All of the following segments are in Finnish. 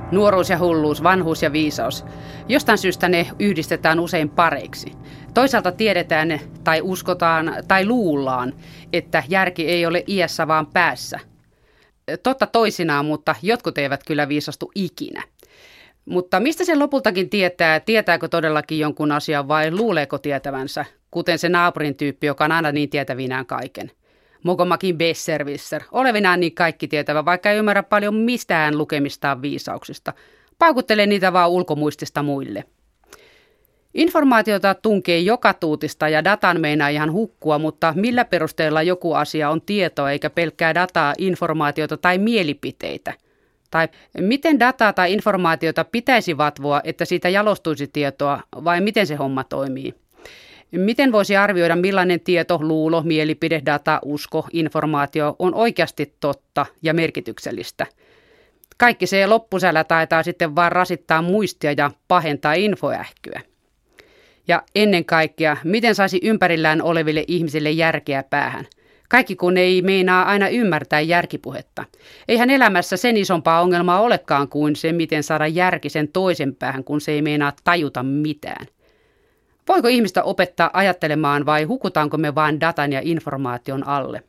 Nuoruus ja hulluus, vanhuus ja viisaus. Jostain syystä ne yhdistetään usein pareiksi. Toisaalta tiedetään tai uskotaan tai luullaan, että järki ei ole iässä vaan päässä. Totta toisinaan, mutta jotkut eivät kyllä viisastu ikinä. Mutta mistä se lopultakin tietää? Tietääkö todellakin jonkun asian vai luuleeko tietävänsä? Kuten se naapurin tyyppi, joka on aina niin tietävinään kaiken. Mokomakin besserwisser, olevinaan niin kaikki tietävä, vaikka ei ymmärrä paljon mistään lukemistaan viisauksista. Paukuttelee niitä vaan ulkomuistista muille. Informaatiota tunkee joka tuutista ja datan meinaa ihan hukkua, mutta millä perusteella joku asia on tietoa eikä pelkkää dataa, informaatiota tai mielipiteitä? Tai miten dataa tai informaatiota pitäisi vatvoa, että siitä jalostuisi tietoa, vai miten se homma toimii? Miten voisi arvioida, millainen tieto, luulo, mielipide, data, usko, informaatio on oikeasti totta ja merkityksellistä? Kaikki se loppusäällä taitaa sitten vaan rasittaa muistia ja pahentaa infoähkyä. Ja ennen kaikkea, miten saisi ympärillään oleville ihmisille järkeä päähän? Kaikki kun ei meinaa aina ymmärtää järkipuhetta. Eihän elämässä sen isompaa ongelmaa olekaan kuin se, miten saada järki sen toisen päähän, kun se ei meinaa tajuta mitään. Voiko ihmistä opettaa ajattelemaan vai hukutaanko me vain datan ja informaation alle?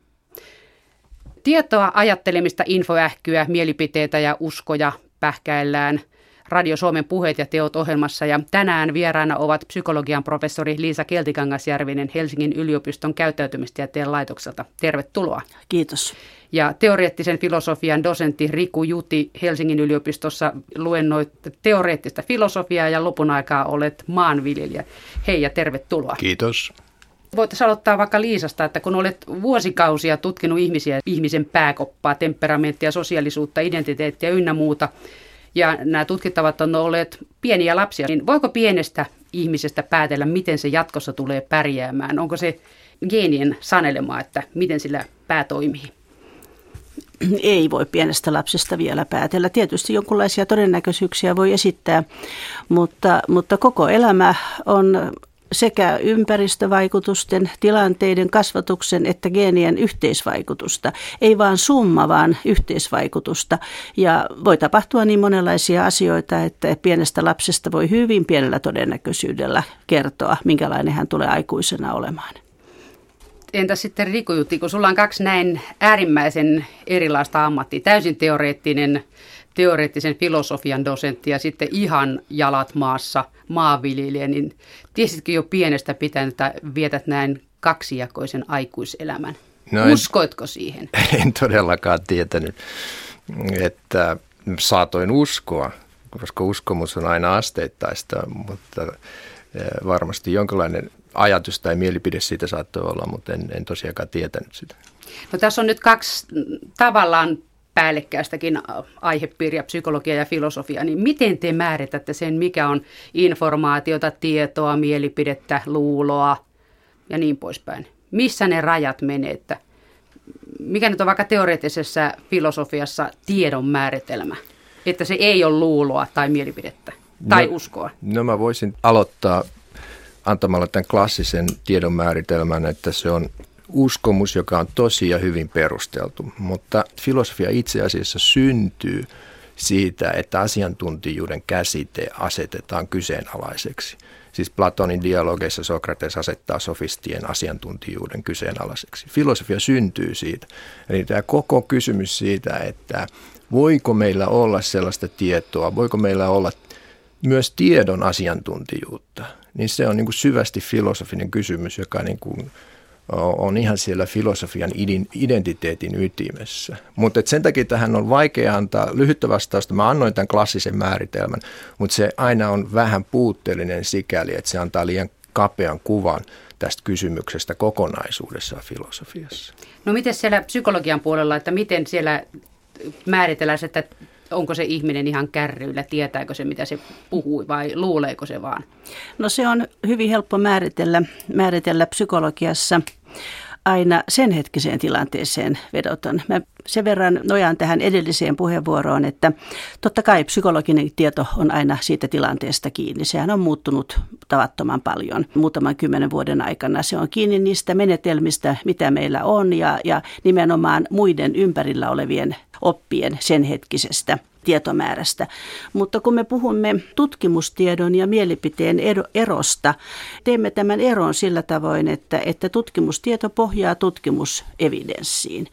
Tietoa, ajattelemista, infoähkyä, mielipiteitä ja uskoja pähkäillään Radio Suomen puheet ja teot -ohjelmassa ja tänään vieraana ovat psykologian professori Liisa Keltikangasjärvinen Helsingin yliopiston käyttäytymistieteen laitokselta. Tervetuloa. Kiitos. Ja teoreettisen filosofian dosentti Riku Juti Helsingin yliopistossa luennoit teoreettista filosofiaa ja lopun aikaa olet maanviljelijä. Hei ja tervetuloa. Kiitos. Voitaisiin aloittaa vaikka Liisasta, että kun olet vuosikausia tutkinut ihmisiä, ihmisen pääkoppaa, temperamenttia, sosiaalisuutta, identiteettiä ynnä muuta, ja nämä tutkittavat on olleet pieniä lapsia, niin voiko pienestä ihmisestä päätellä, miten se jatkossa tulee pärjäämään? Onko se geenien sanelema, että miten sillä pää toimii? Ei voi pienestä lapsesta vielä päätellä. Tietysti jonkinlaisia todennäköisyyksiä voi esittää, mutta koko elämä on sekä ympäristövaikutusten, tilanteiden, kasvatuksen että geenien yhteisvaikutusta. Ei vaan summa, vaan yhteisvaikutusta. Ja voi tapahtua niin monenlaisia asioita, että pienestä lapsesta voi hyvin pienellä todennäköisyydellä kertoa, minkälainen hän tulee aikuisena olemaan. Entäs sitten Riku Jutti, kun sulla on kaksi näin äärimmäisen erilaista ammattia, täysin teoreettisen filosofian dosentti ja sitten ihan jalat maassa maanviljelijä, niin tiesitkö jo pienestä pitäen, että vietät näin kaksijakoisen aikuiselämän? Uskoitko siihen? En todellakaan tietänyt, että saatoin uskoa, koska uskomus on aina asteittaista, mutta varmasti jonkinlainen ajatus tai mielipide siitä saattoi olla, mutta en tosiaankaan tietänyt sitä. No tässä on nyt kaksi tavallaan päällekkäistäkin aihepiiriä, psykologia ja filosofia, niin miten te määritätte sen, mikä on informaatiota, tietoa, mielipidettä, luuloa ja niin poispäin? Missä ne rajat menee, että mikä nyt on vaikka teoreettisessa filosofiassa tiedon määritelmä, että se ei ole luuloa tai mielipidettä tai uskoa? No mä voisin aloittaa antamalla tämän klassisen tiedon määritelmän, että se on uskomus, joka on tosi ja hyvin perusteltu, mutta filosofia itse asiassa syntyy siitä, että asiantuntijuuden käsite asetetaan kyseenalaiseksi. Siis Platonin dialogeissa Sokrates asettaa sofistien asiantuntijuuden kyseenalaiseksi. Filosofia syntyy siitä. Eli tämä koko kysymys siitä, että voiko meillä olla sellaista tietoa, voiko meillä olla myös tiedon asiantuntijuutta, niin se on niin kuin syvästi filosofinen kysymys, joka niin kuin on ihan siellä filosofian identiteetin ytimessä. Mutta sen takia tähän on vaikea antaa lyhyttä vastausta. Mä annoin tämän klassisen määritelmän, mutta se aina on vähän puutteellinen sikäli, että se antaa liian kapean kuvan tästä kysymyksestä kokonaisuudessaan filosofiassa. No miten siellä psykologian puolella, että miten siellä määritellään, että onko se ihminen ihan kärryillä, tietääkö se mitä se puhuu vai luuleeko se vaan? No se on hyvin helppo määritellä psykologiassa aina sen hetkiseen tilanteeseen vedoten. Mä sen verran nojaan tähän edelliseen puheenvuoroon, että totta kai psykologinen tieto on aina siitä tilanteesta kiinni. Sehän on muuttunut tavattoman paljon muutaman 10 vuoden aikana. Se on kiinni niistä menetelmistä, mitä meillä on ja nimenomaan muiden ympärillä olevien oppien sen hetkisestä. tietomäärästä. Mutta kun me puhumme tutkimustiedon ja mielipiteen erosta, teemme tämän eron sillä tavoin, että tutkimustieto pohjaa tutkimusevidenssiin.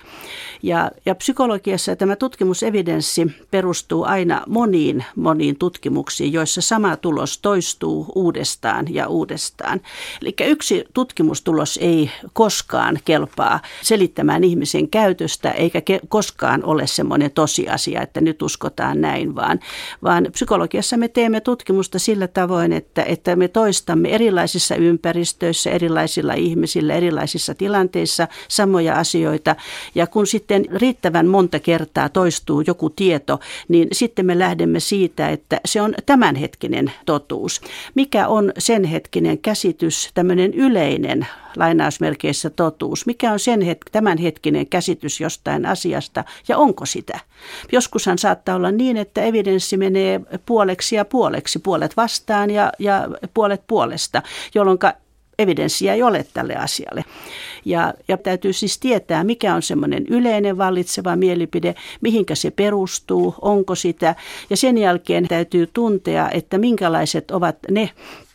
Ja psykologiassa tämä tutkimusevidenssi perustuu aina moniin tutkimuksiin, joissa sama tulos toistuu uudestaan ja uudestaan. Eli yksi tutkimustulos ei koskaan kelpaa selittämään ihmisen käytöstä, eikä koskaan ole semmoinen tosiasia, että nyt uskotaan näin, vaan psykologiassa me teemme tutkimusta sillä tavoin, että me toistamme erilaisissa ympäristöissä, erilaisilla ihmisillä, erilaisissa tilanteissa samoja asioita, ja kun sitten riittävän monta kertaa toistuu joku tieto, niin sitten me lähdemme siitä, että se on tämänhetkinen totuus. Mikä on sen hetkinen käsitys, tämmöinen yleinen lainausmerkeissä totuus? Mikä on tämänhetkinen käsitys jostain asiasta ja onko sitä? Joskushan saattaa olla niin, että evidenssi menee puoleksi ja puoleksi, puolet vastaan ja puolet puolesta, jolloin evidenssiä ei ole tälle asialle. Ja täytyy siis tietää, mikä on semmoinen yleinen vallitseva mielipide, mihinkä se perustuu, onko sitä. Ja sen jälkeen täytyy tuntea, että minkälaiset ovat ne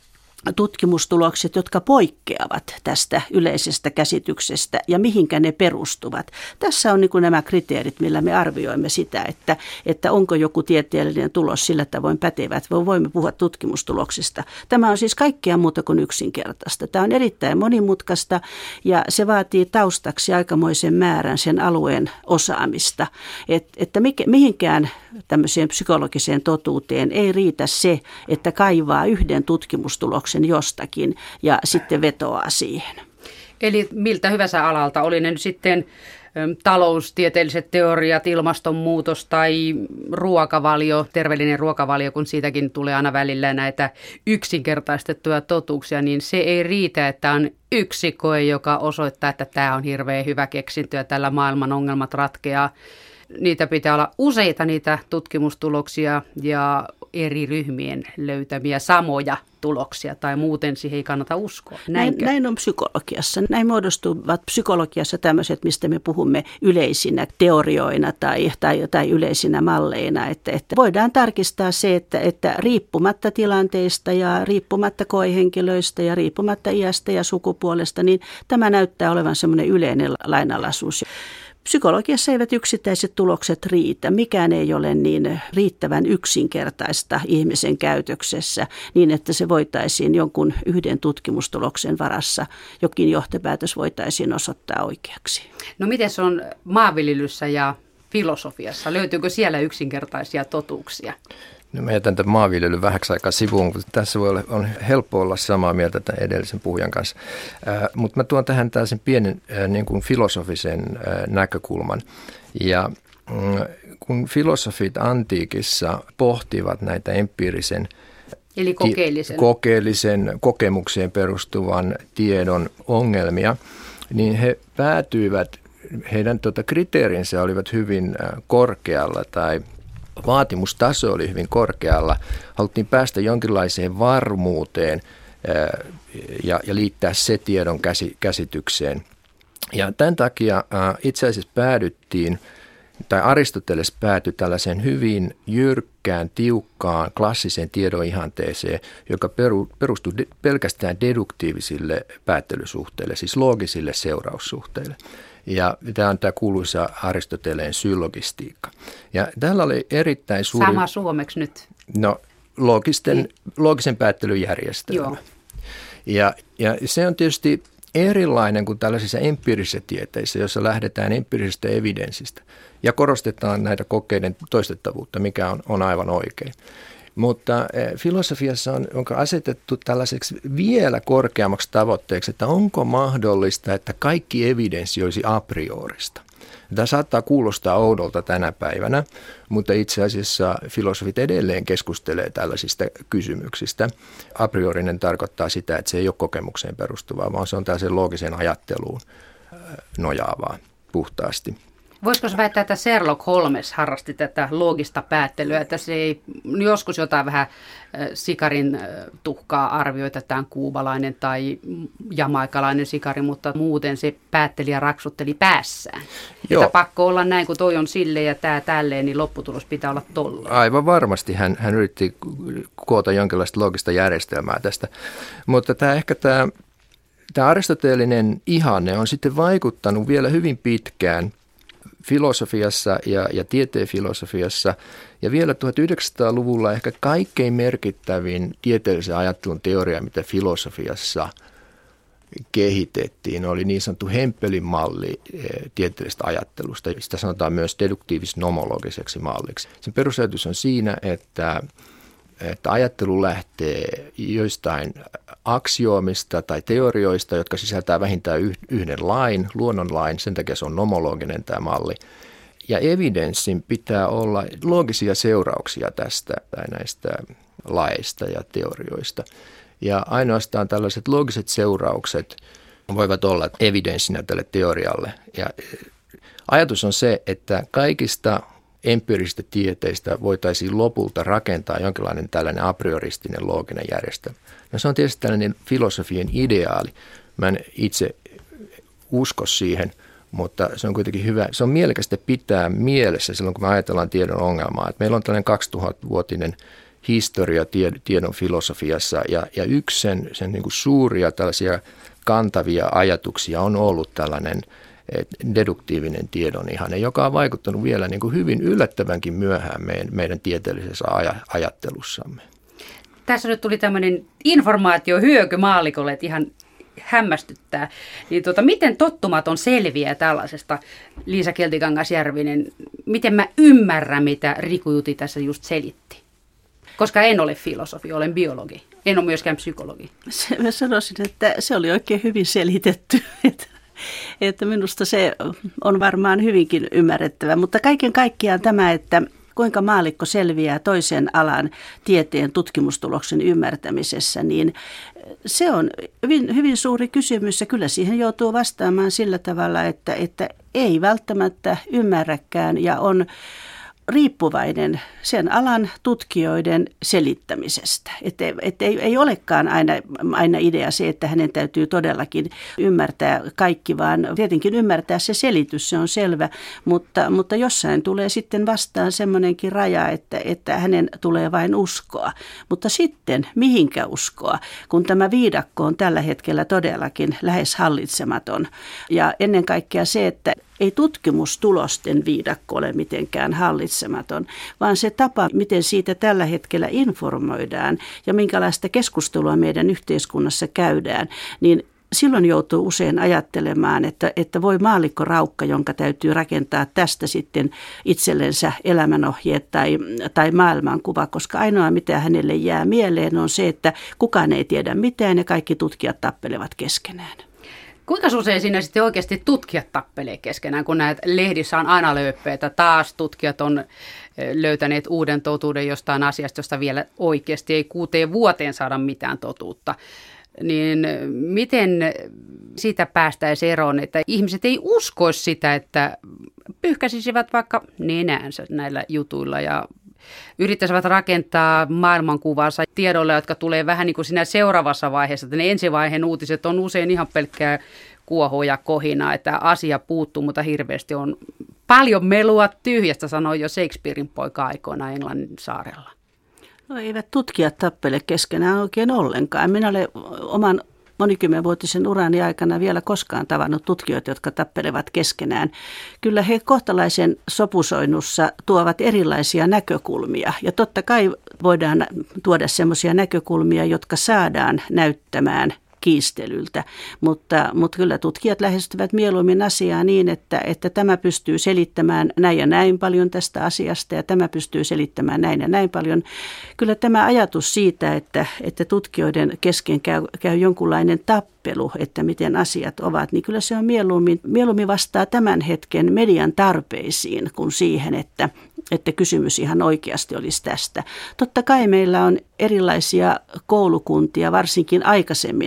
tutkimustulokset, jotka poikkeavat tästä yleisestä käsityksestä ja mihinkä ne perustuvat. Tässä on niin kuin nämä kriteerit, millä me arvioimme sitä, että onko joku tieteellinen tulos sillä tavoin pätevä, että voimme puhua tutkimustuloksista. Tämä on siis kaikkea muuta kuin yksinkertaista. Tämä on erittäin monimutkaista ja se vaatii taustaksi aikamoisen määrän sen alueen osaamista. Että mihinkään tämmöiseen psykologiseen totuuteen ei riitä se, että kaivaa yhden tutkimustuloksen jostakin ja sitten vetoaa siihen. Eli miltä hyvänsä alalta, oli ne nyt sitten taloustieteelliset teoriat, ilmastonmuutos tai ruokavalio, terveellinen ruokavalio, kun siitäkin tulee aina välillä näitä yksinkertaistettuja totuuksia, niin se ei riitä, että on yksi koe, joka osoittaa, että tämä on hirveän hyvä keksintö ja tällä maailman ongelmat ratkeaa. Niitä pitää olla useita niitä tutkimustuloksia ja eri ryhmien löytämiä samoja tuloksia tai muuten siihen ei kannata uskoa. Näin on psykologiassa. Näin muodostuvat psykologiassa tämmöiset, mistä me puhumme yleisinä teorioina tai yleisinä malleina. Että voidaan tarkistaa se, että riippumatta tilanteista ja riippumatta koehenkilöistä ja riippumatta iästä ja sukupuolesta, niin tämä näyttää olevan semmoinen yleinen lainalaisuus. Psykologiassa eivät yksittäiset tulokset riitä. Mikään ei ole niin riittävän yksinkertaista ihmisen käytöksessä niin, että se voitaisiin jonkun yhden tutkimustuloksen varassa, jokin johtopäätös voitaisiin osoittaa oikeaksi. No miten se on maanviljelyssä ja filosofiassa? Löytyykö siellä yksinkertaisia totuuksia? No mä jätän tämän maanviljelyn vähäksi aikaa sivuun, mutta tässä on helppo olla samaa mieltä tämän edellisen puhujan kanssa. Mutta mä tuon tähän tällaisen pienen niin kuin filosofisen näkökulman. Ja kun filosofit antiikissa pohtivat näitä empiirisen, eli kokeellisen kokemukseen perustuvan tiedon ongelmia, niin he päätyivät, heidän kriteerinsä olivat hyvin korkealla tai vaatimustaso oli hyvin korkealla. Haluttiin päästä jonkinlaiseen varmuuteen ja liittää se tiedon käsitykseen. Ja tämän takia itse asiassa Aristoteles päätyi tällaiseen hyvin jyrkkään, tiukkaan, klassiseen tiedon ihanteeseen, joka perustuu pelkästään deduktiivisille päättelysuhteille, siis loogisille seuraussuhteille. Ja tämä on tämä kuuluisa Aristoteleen syllogistiikka. Ja tällä oli erittäin suuri... Sama suomeksi nyt. No, loogisen päättelyn järjestelmä. Joo. Ja se on tietysti erilainen kuin tällaisissa empiirisissä tieteissä, jossa lähdetään empiirisestä evidenssistä ja korostetaan näitä kokeiden toistettavuutta, mikä on aivan oikein. Mutta filosofiassa on asetettu tällaiseksi vielä korkeammaksi tavoitteeksi, että onko mahdollista, että kaikki evidenssi olisi a priorista. Tämä saattaa kuulostaa oudolta tänä päivänä, mutta itse asiassa filosofit edelleen keskustelee tällaisista kysymyksistä. A priorinen tarkoittaa sitä, että se ei ole kokemukseen perustuvaa, vaan se on tällaisen loogiseen ajatteluun nojaavaa puhtaasti. Voisiko se väittää, että Sherlock Holmes harrasti tätä loogista päättelyä, että se ei joskus jotain vähän sikarin tuhkaa arvioi, että tämä on kuubalainen tai jamaikalainen sikari, mutta muuten se päätteli ja raksutteli päässään. Että pakko olla näin, kun toi on silleen ja tämä tälleen, niin lopputulos pitää olla tolleen. Aivan varmasti hän yritti koota jonkinlaista loogista järjestelmää tästä, mutta tämä aristoteellinen ihanne on sitten vaikuttanut vielä hyvin pitkään filosofiassa ja tieteen filosofiassa. Ja vielä 1900-luvulla ehkä kaikkein merkittävin tieteellisen ajattelun teoria, mitä filosofiassa kehitettiin, oli niin sanottu Hempelin malli tieteellisestä ajattelusta. Sitä sanotaan myös deduktiivis-nomologiseksi malliksi. Sen perusajatus on siinä, että ajattelu lähtee joistain aksioomista tai teorioista, jotka sisältää vähintään yhden lain, luonnonlain, sen takia se on nomologinen tämä malli. Ja evidenssin pitää olla loogisia seurauksia tästä tai näistä laeista ja teorioista. Ja ainoastaan tällaiset loogiset seuraukset voivat olla evidenssinä tälle teorialle. Ja ajatus on se, että kaikista empiirisistä tieteistä voitaisiin lopulta rakentaa jonkinlainen tällainen a prioristinen looginen järjestelmä. No se on tietysti tällainen filosofien ideaali. Mä en itse usko siihen, mutta se on kuitenkin hyvä. Se on mielekästä pitää mielessä silloin, kun me ajatellaan tiedon ongelmaa. Että meillä on tällainen 2000-vuotinen historia tiedon filosofiassa ja yksi sen niin kuin suuria tällaisia kantavia ajatuksia on ollut tällainen deduktiivinen tiedon ihanne, joka on vaikuttanut vielä niin kuin hyvin yllättävänkin myöhään meidän tieteellisessä ajattelussamme. Tässä nyt tuli tämmöinen informaatiohyöky maallikolle, että ihan hämmästyttää. Niin miten tottumaton selviää tällaisesta, Liisa Keltikangas-Järvinen, miten mä ymmärrän, mitä Riku Juti tässä just selitti? Koska en ole filosofi, olen biologi. En ole myöskään psykologi. Mä sanoisin, että se oli oikein hyvin selitetty. Että minusta se on varmaan hyvinkin ymmärrettävä, mutta kaiken kaikkiaan tämä, että kuinka maallikko selviää toisen alan tieteen tutkimustuloksen ymmärtämisessä, niin se on hyvin, hyvin suuri kysymys ja kyllä siihen joutuu vastaamaan sillä tavalla, että ei välttämättä ymmärräkään ja on riippuvainen sen alan tutkijoiden selittämisestä. Että ei olekaan aina idea se, että hänen täytyy todellakin ymmärtää kaikki, vaan tietenkin ymmärtää se selitys, se on selvä, mutta jossain tulee sitten vastaan semmoinenkin raja, että hänen tulee vain uskoa. Mutta sitten mihinkä uskoa, kun tämä viidakko on tällä hetkellä todellakin lähes hallitsematon. Ja ennen kaikkea se, että ei tutkimustulosten viidakko ole mitenkään hallitsematon, vaan se tapa, miten siitä tällä hetkellä informoidaan ja minkälaista keskustelua meidän yhteiskunnassa käydään, niin silloin joutuu usein ajattelemaan, että voi maallikko Raukka, jonka täytyy rakentaa tästä sitten itsellensä elämänohjeet tai maailmankuva, koska ainoa mitä hänelle jää mieleen on se, että kukaan ei tiedä mitään ja kaikki tutkijat tappelevat keskenään. Kuinka usein siinä sitten oikeasti tutkijat tappelee keskenään, kun näet lehdissä on aina lööppeitä, taas tutkijat on löytäneet uuden totuuden jostain asiasta, josta vielä oikeasti ei 6 vuoteen saada mitään totuutta. Niin miten siitä päästäisiin eroon, että ihmiset ei uskoisi sitä, että pyyhkäisivät vaikka nenäänsä näillä jutuilla ja yrittäisivät rakentaa maailmankuvansa tiedoilla, jotka tulee vähän niin kuin siinä seuraavassa vaiheessa. Että ne ensivaiheen uutiset on usein ihan pelkkää kuohua ja kohinaa, että asia puuttuu, mutta hirveästi on paljon melua tyhjästä, sanoi jo Shakespearein poika aikoina Englannin saarella. No eivät tutkijat tappele keskenään oikein ollenkaan. Minä olen oman monikymmenvuotisen urani aikana vielä koskaan tavannut tutkijoita, jotka tappelevat keskenään. Kyllä he kohtalaisen sopusoinnussa tuovat erilaisia näkökulmia ja totta kai voidaan tuoda sellaisia näkökulmia, jotka saadaan näyttämään kiistelyltä, mutta kyllä tutkijat lähestyvät mieluummin asiaa niin, että tämä pystyy selittämään näin ja näin paljon tästä asiasta ja tämä pystyy selittämään näin ja näin paljon. Kyllä tämä ajatus siitä, että tutkijoiden kesken käy jonkunlainen tappelu, että miten asiat ovat, niin kyllä se on mieluummin vastaa tämän hetken median tarpeisiin kuin siihen, että kysymys ihan oikeasti olisi tästä. Totta kai meillä on erilaisia koulukuntia, varsinkin aikaisemmin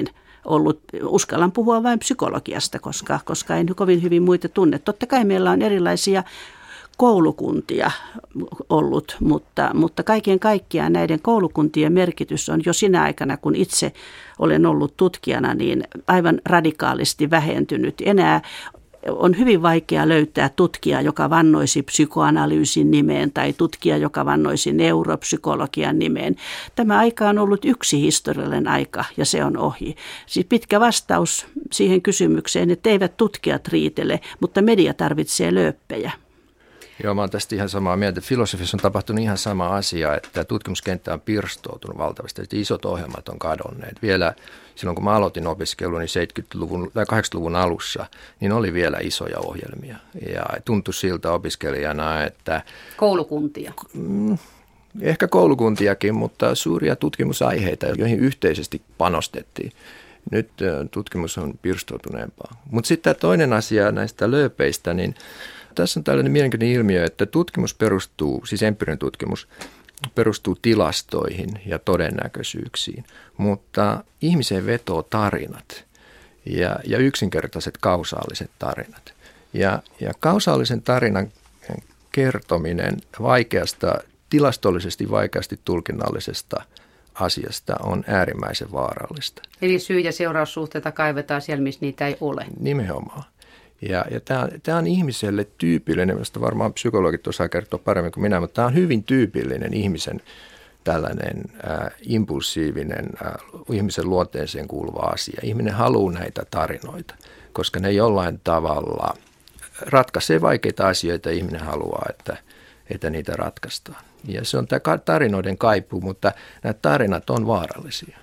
ollut, uskallan puhua vain psykologiasta, koska en kovin hyvin muita tunne. Totta kai meillä on erilaisia koulukuntia ollut, mutta kaiken kaikkiaan näiden koulukuntien merkitys on jo sinä aikana, kun itse olen ollut tutkijana, niin aivan radikaalisti vähentynyt. Enää on hyvin vaikea löytää tutkija, joka vannoisi psykoanalyysin nimeen tai tutkija, joka vannoisi neuropsykologian nimeen. Tämä aika on ollut yksi historiallinen aika ja se on ohi. Siis pitkä vastaus siihen kysymykseen, että eivät tutkijat riitele, mutta media tarvitsee lööppejä. Joo, mä oon tästä ihan samaa mieltä. Filosofiassa on tapahtunut ihan sama asia, että tutkimuskenttä on pirstoutunut valtavasti. Että isot ohjelmat on kadonneet. Vielä silloin, kun mä aloitin opiskelun, niin 70-luvun tai 80-luvun alussa, niin oli vielä isoja ohjelmia. Ja tuntui siltä opiskelijana, että koulukuntia. Ehkä koulukuntiakin, mutta suuria tutkimusaiheita, joihin yhteisesti panostettiin. Nyt tutkimus on pirstoutuneempaa. Mutta sitten toinen asia näistä lööpeistä, niin tässä on tällainen mielenkiintoinen ilmiö, että tutkimus perustuu, siis empiirinen tutkimus, perustuu tilastoihin ja todennäköisyyksiin, mutta ihmiseen vetoo tarinat ja yksinkertaiset kausaaliset tarinat. Ja kausaalisen tarinan kertominen tilastollisesti vaikeasti tulkinnallisesta asiasta on äärimmäisen vaarallista. Eli syy- ja seuraussuhteita kaivetaan siellä, missä niitä ei ole. Nimenomaan. Ja tämä on ihmiselle tyypillinen, mistä varmaan psykologit osaa kertoa paremmin kuin minä, mutta tämä on hyvin tyypillinen ihmisen tällainen impulsiivinen, ihmisen luonteeseen kuuluva asia. Ihminen haluaa näitä tarinoita, koska ne jollain tavalla ratkaisee vaikeita asioita, ihminen haluaa, että niitä ratkaistaan. Ja se on tämä tarinoiden kaipuu, mutta nämä tarinat on vaarallisia.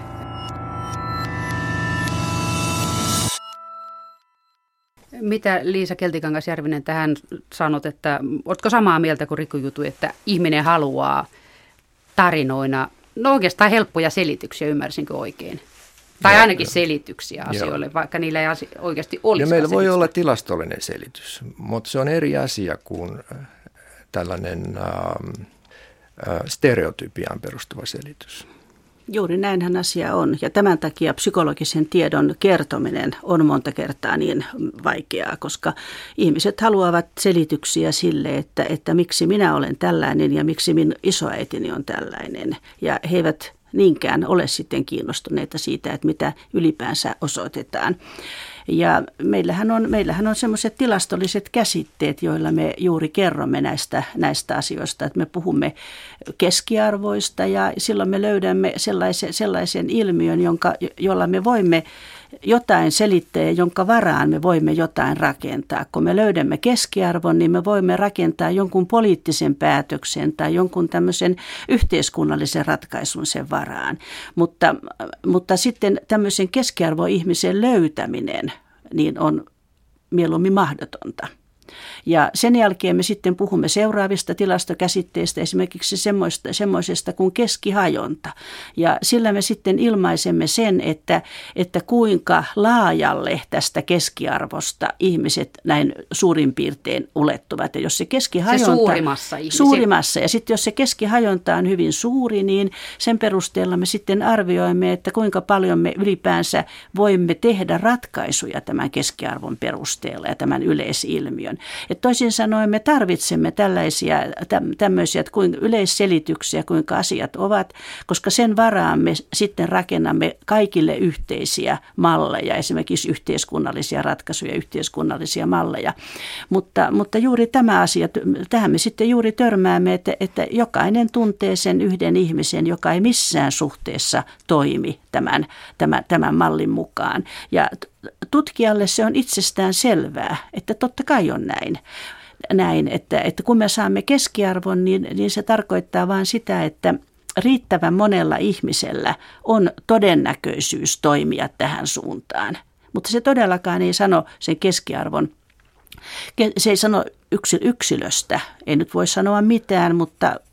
Mitä Liisa Keltikangas-Järvinen tähän sanot, että oletko samaa mieltä kuin Riku Jutu, että ihminen haluaa tarinoina, no oikeastaan helppoja selityksiä, ymmärsinkö oikein? Tai ainakin selityksiä asioille, vaikka niillä ei oikeasti olisi. Ja meillä voi olla tilastollinen selitys, mutta se on eri asia kuin tällainen stereotypiaan perustuva selitys. Juuri näinhän asia on, ja tämän takia psykologisen tiedon kertominen on monta kertaa niin vaikeaa, koska ihmiset haluavat selityksiä sille, että miksi minä olen tällainen ja miksi minun isoäitini on tällainen, ja he eivät niinkään ole sitten kiinnostuneita siitä, että mitä ylipäänsä osoitetaan. Ja meillähän on semmoiset tilastolliset käsitteet, joilla me juuri kerromme näistä asioista, että me puhumme keskiarvoista ja silloin me löydämme sellaisen ilmiön, jolla me voimme jotain selittää ja jonka varaan me voimme jotain rakentaa. Kun me löydämme keskiarvon, niin me voimme rakentaa jonkun poliittisen päätöksen tai jonkun tämmöisen yhteiskunnallisen ratkaisun sen varaan. Mutta sitten tämmöisen keskiarvoihmisen löytäminen niin on mieluummin mahdotonta. Ja sen jälkeen me sitten puhumme seuraavista tilastokäsitteistä, esimerkiksi semmoisesta kuin keskihajonta. Ja sillä me sitten ilmaisemme sen, että kuinka laajalle tästä keskiarvosta ihmiset näin suurin piirtein ulettuvat. Ja jos se keskihajonta, se suurimmassa ihmisiä. Suurimmassa. Ja sitten jos se keskihajonta on hyvin suuri, niin sen perusteella me sitten arvioimme, että kuinka paljon me ylipäänsä voimme tehdä ratkaisuja tämän keskiarvon perusteella ja tämän yleisilmiön. Et toisin sanoen me tarvitsemme tämmöisiä yleisselityksiä, kuinka asiat ovat, koska sen varaan me sitten rakennamme kaikille yhteisiä malleja, esimerkiksi yhteiskunnallisia ratkaisuja, yhteiskunnallisia malleja. Mutta juuri tämä asia, tähän me sitten juuri törmäämme, että jokainen tuntee sen yhden ihmisen, joka ei missään suhteessa toimi tämän mallin mukaan. Ja tutkijalle se on itsestään selvää, että totta kai on näin että kun me saamme keskiarvon, niin se tarkoittaa vain sitä, että riittävän monella ihmisellä on todennäköisyys toimia tähän suuntaan. Mutta se todellakaan ei sano sen keskiarvon, se ei sano yksilöstä, ei nyt voi sanoa mitään, mutta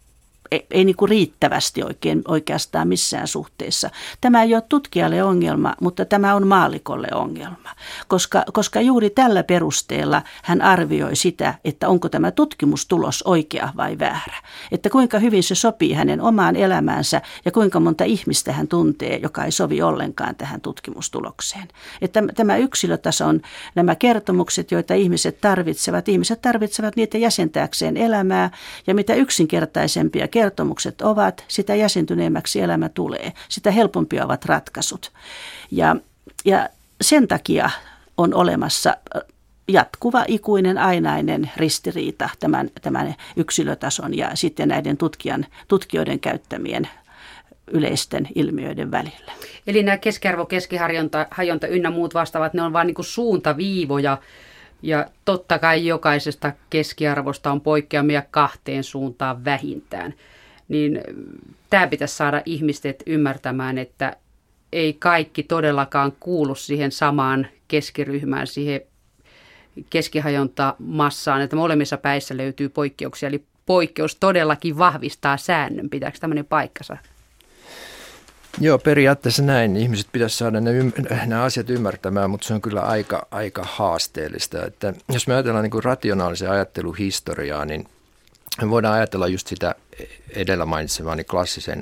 ei niin kuin riittävästi oikeastaan missään suhteessa. Tämä ei ole tutkijalle ongelma, mutta tämä on maallikolle ongelma, koska juuri tällä perusteella hän arvioi sitä, että onko tämä tutkimustulos oikea vai väärä. Että kuinka hyvin se sopii hänen omaan elämäänsä ja kuinka monta ihmistä hän tuntee, joka ei sovi ollenkaan tähän tutkimustulokseen. Että tämä yksilötason nämä kertomukset, joita ihmiset tarvitsevat niitä jäsentääkseen elämää, ja mitä yksinkertaisempia kertomukset ovat, sitä jäsentyneemmäksi elämä tulee, sitä helpompia ovat ratkaisut. Ja sen takia on olemassa jatkuva, ikuinen, ainainen ristiriita tämän yksilötason ja sitten näiden tutkijoiden käyttämien yleisten ilmiöiden välillä. Eli nämä keskiarvo, keskihajonta ynnä muut vastaavat, ne on vain niin kuin suuntaviivoja. Ja totta kai jokaisesta keskiarvosta on poikkeamia 2 suuntaan vähintään. Niin tämä pitäisi saada ihmiset ymmärtämään, että ei kaikki todellakaan kuulu siihen samaan keskiryhmään, siihen keskihajontamassaan, että molemmissa päissä löytyy poikkeuksia. Eli poikkeus todellakin vahvistaa säännön. Pitääkö tämmöinen paikkansa? Joo, periaatteessa näin. Ihmiset pitäisi saada nämä asiat ymmärtämään, mutta se on kyllä aika haasteellista. Että jos me ajatellaan niin kuin rationaalisen ajattelun historiaa, niin me voidaan ajatella just sitä edellä mainitsemaani klassisen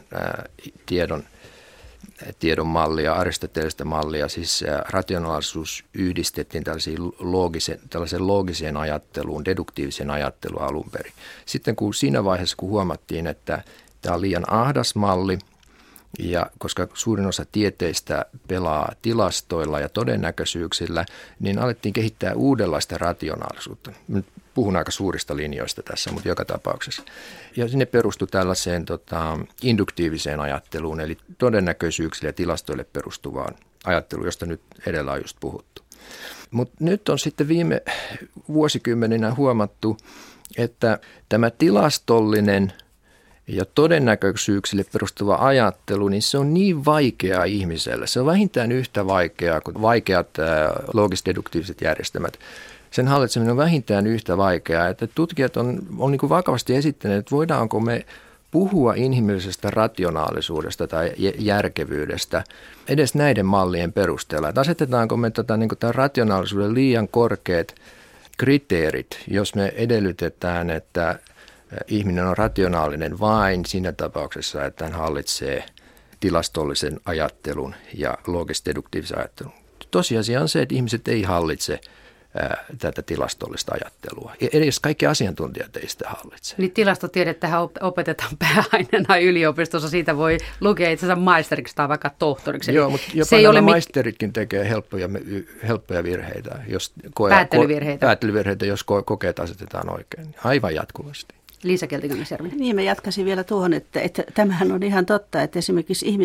tiedon mallia, aristoteellista mallia. Siis rationaalisuus yhdistettiin tällaiseen loogiseen ajatteluun, deduktiiviseen ajatteluun alun perin. Sitten siinä vaiheessa, kun huomattiin, että tämä on liian ahdas malli, ja koska suurin osa tieteistä pelaa tilastoilla ja todennäköisyyksillä, niin alettiin kehittää uudenlaista rationaalisuutta. Nyt puhun aika suurista linjoista tässä, mutta joka tapauksessa. Ja sinne perustui tällaiseen induktiiviseen ajatteluun, eli todennäköisyyksille ja tilastoille perustuvaan ajatteluun, josta nyt edellä on just puhuttu. Mutta nyt on sitten viime vuosikymmeninä huomattu, että tämä tilastollinen ja todennäköisyyksille perustuva ajattelu, niin se on niin vaikeaa ihmiselle. Se on vähintään yhtä vaikeaa kuin vaikeat loogis-deduktiiviset järjestelmät. Sen hallitseminen on vähintään yhtä vaikeaa, että tutkijat on niin kuin vakavasti esittäneet, että voidaanko me puhua inhimillisestä rationaalisuudesta tai järkevyydestä edes näiden mallien perusteella. Että asetetaanko me niin kuin tämän rationaalisuuden liian korkeat kriteerit, jos me edellytetään, että ihminen on rationaalinen vain siinä tapauksessa, että hän hallitsee tilastollisen ajattelun ja loogis-deduktiivisen ajattelun. Tosiasia on se, että ihmiset ei hallitse tätä tilastollista ajattelua. Edes kaikki asiantuntijat ei sitä hallitse. Niin tilastotiedettähän opetetaan pääaineena yliopistossa. Siitä voi lukea itse asiassa maisteriksi tai vaikka tohtoriksi. Joo, mutta jopa nämä maisteritkin tekee helppoja virheitä. Päättelyvirheitä, jos kokeet asetetaan oikein. Aivan jatkuvasti. Liisa Keltikangas-Järvinen. Niin, mä jatkaisin vielä tuohon, että tämähän on ihan totta, että esimerkiksi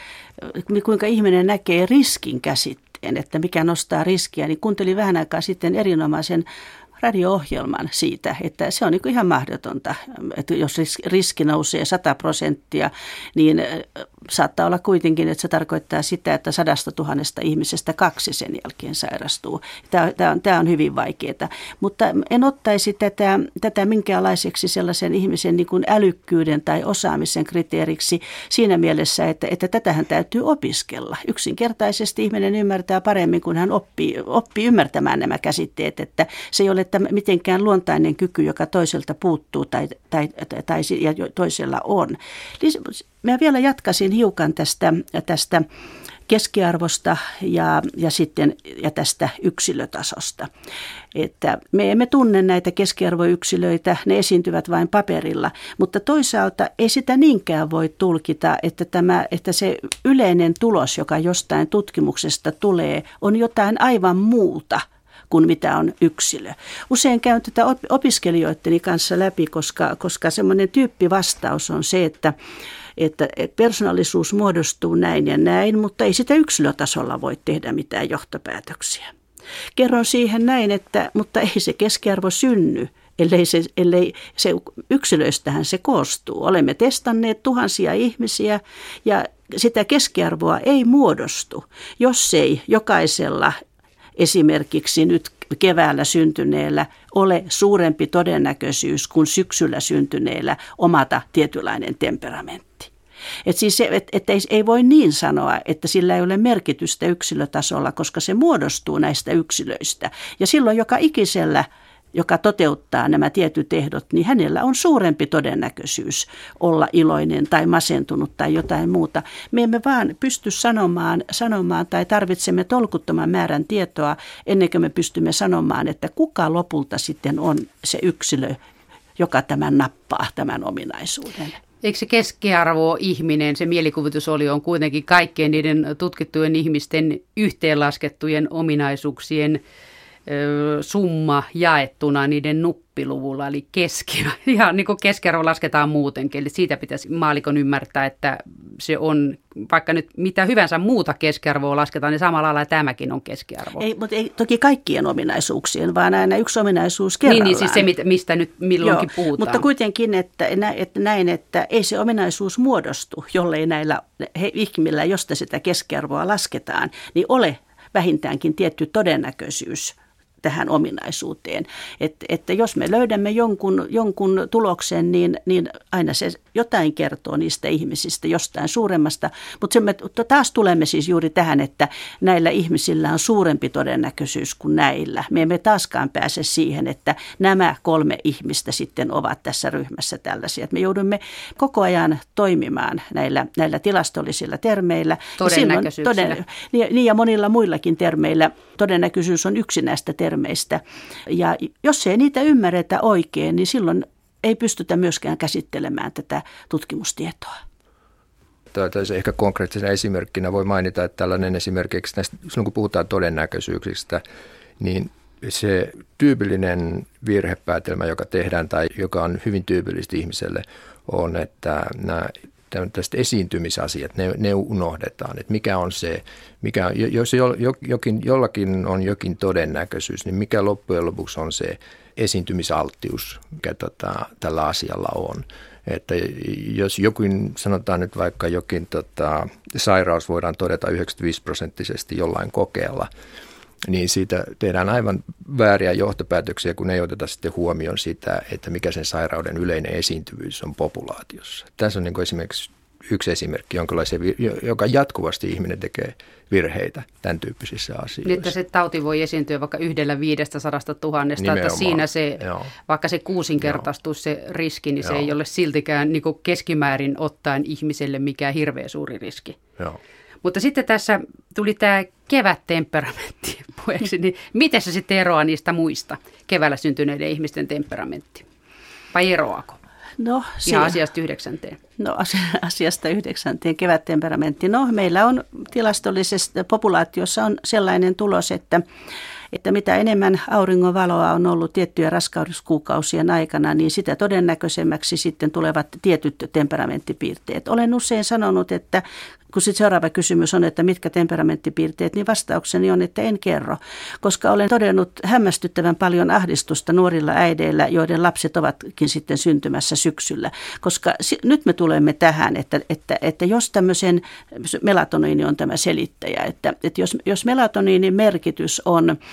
kuinka ihminen näkee riskin käsitteen, että mikä nostaa riskiä, niin kuuntelin vähän aikaa sitten erinomaisen radio-ohjelman siitä, että se on niin kuin ihan mahdotonta, että jos riski nousee 100%, niin saattaa olla kuitenkin, että se tarkoittaa sitä, että 100 000 ihmisestä 2 sen jälkeen sairastuu. Tämä on hyvin vaikeaa, mutta en ottaisi tätä minkäänlaiseksi sellaisen ihmisen niin kuin älykkyyden tai osaamisen kriteeriksi siinä mielessä, että tätähän täytyy opiskella. Yksinkertaisesti ihminen ymmärtää paremmin, kun hän oppii ymmärtämään nämä käsitteet, että se ei ole mitenkään luontainen kyky, joka toiselta puuttuu tai toisella on. Mä vielä jatkaisin hiukan tästä keskiarvosta ja tästä yksilötasosta. Että me emme tunne näitä keskiarvoyksilöitä, ne esiintyvät vain paperilla, mutta toisaalta ei sitä niinkään voi tulkita, että se yleinen tulos, joka jostain tutkimuksesta tulee, on jotain aivan muuta kuin mitä on yksilö. Usein käyn tätä opiskelijoitteni kanssa läpi, koska semmoinen tyyppivastaus on se, että persoonallisuus muodostuu näin ja näin, mutta ei sitä yksilötasolla voi tehdä mitään johtopäätöksiä. Kerron siihen näin, mutta ei se keskiarvo synny, ellei se yksilöistähän se koostuu. Olemme testanneet tuhansia ihmisiä ja sitä keskiarvoa ei muodostu, jos ei jokaisella esimerkiksi nyt keväällä syntyneellä ole suurempi todennäköisyys kuin syksyllä syntyneellä omata tietynlainen temperamentti. Että ei voi niin sanoa, että sillä ei ole merkitystä yksilötasolla, koska se muodostuu näistä yksilöistä. Ja silloin joka ikisellä, joka toteuttaa nämä tietyt ehdot, niin hänellä on suurempi todennäköisyys olla iloinen tai masentunut tai jotain muuta. Me emme vaan pysty sanomaan tai tarvitsemme tolkuttoman määrän tietoa ennen kuin me pystymme sanomaan, että kuka lopulta sitten on se yksilö, joka tämän nappaa, tämän ominaisuuden. Eikö se keskiarvo ihminen, se mielikuvitusoli on kuitenkin kaikkien niiden tutkittujen ihmisten yhteenlaskettujen ominaisuuksien summa jaettuna niiden nuppiluvulla, eli ihan niin kuin keskiarvo lasketaan muutenkin, eli siitä pitäisi maallikon ymmärtää, että se on, vaikka nyt mitä hyvänsä muuta keskiarvoa lasketaan, niin samalla lailla tämäkin on keskiarvo. Ei, mutta ei toki kaikkien ominaisuuksien, vaan aina yksi ominaisuus kerrallaan. Niin siis se, mistä nyt milloinkin puhutaan. Mutta kuitenkin, että ei se ominaisuus muodostu, jollei näillä ihmillä, josta sitä keskiarvoa lasketaan, niin ole vähintäänkin tietty todennäköisyys tähän ominaisuuteen. Että jos me löydämme jonkun tuloksen, niin aina se jotain kertoo niistä ihmisistä jostain suuremmasta. Mutta me taas tulemme siis juuri tähän, että näillä ihmisillä on suurempi todennäköisyys kuin näillä. Me emme taaskaan pääse siihen, että nämä 3 ihmistä sitten ovat tässä ryhmässä tällaisia. Että me joudumme koko ajan toimimaan näillä tilastollisilla termeillä. Todennäköisyyksillä. Ja monilla muillakin termeillä. Todennäköisyys on yksi näistä termeistä. Ja jos ei niitä ymmärretä oikein, niin silloin ei pystytä myöskään käsittelemään tätä tutkimustietoa. Ehkä konkreettisena esimerkkinä voi mainita, että tällainen esimerkiksi näistä, silloin kun puhutaan todennäköisyyksistä, niin se tyypillinen virhepäätelmä, joka tehdään tai joka on hyvin tyypillistä ihmiselle, on, että nämä tällaiset esiintymisasiat, ne unohdetaan, että mikä on se, jos jollakin on jokin todennäköisyys, niin mikä loppujen lopuksi on se esiintymisalttius, mikä tällä asialla on. Että jos jokin, sanotaan nyt vaikka jokin sairaus voidaan todeta 95% jollain kokeella, niin siitä tehdään aivan vääriä johtopäätöksiä, kun ei oteta sitten huomioon sitä, että mikä sen sairauden yleinen esiintyvyys on populaatiossa. Tässä on niin kuin esimerkiksi yksi esimerkki, joka jatkuvasti ihminen tekee virheitä tämän tyyppisissä asioissa. Niin, että se tauti voi esiintyä vaikka 1/500 000, että siinä se, vaikka se kuusinkertaistuu se riski, niin se ei ole siltikään niin kuin keskimäärin ottaen ihmiselle mikään hirveän suuri riski. Joo. Mutta sitten tässä tuli tämä kevättemperamentti puheeksi, niin miten se sitten eroaa niistä muista keväällä syntyneiden ihmisten temperamentti? Vai eroako? No, ihan asiasta 9. No asiasta 9. kevättemperamentti. No meillä on tilastollisessa populaatiossa on sellainen tulos, että mitä enemmän auringonvaloa on ollut tiettyjen raskauskuukausien aikana, niin sitä todennäköisemmäksi sitten tulevat tietyt temperamenttipiirteet. Olen usein sanonut, että kun sitten seuraava kysymys on, että mitkä temperamenttipiirteet, niin vastaukseni on, että en kerro, koska olen todennut hämmästyttävän paljon ahdistusta nuorilla äideillä, joiden lapset ovatkin sitten syntymässä syksyllä. Koska nyt me tulemme tähän, että jos tämmöisen, melatoniini on tämä selittäjä, että jos melatoniinin merkitys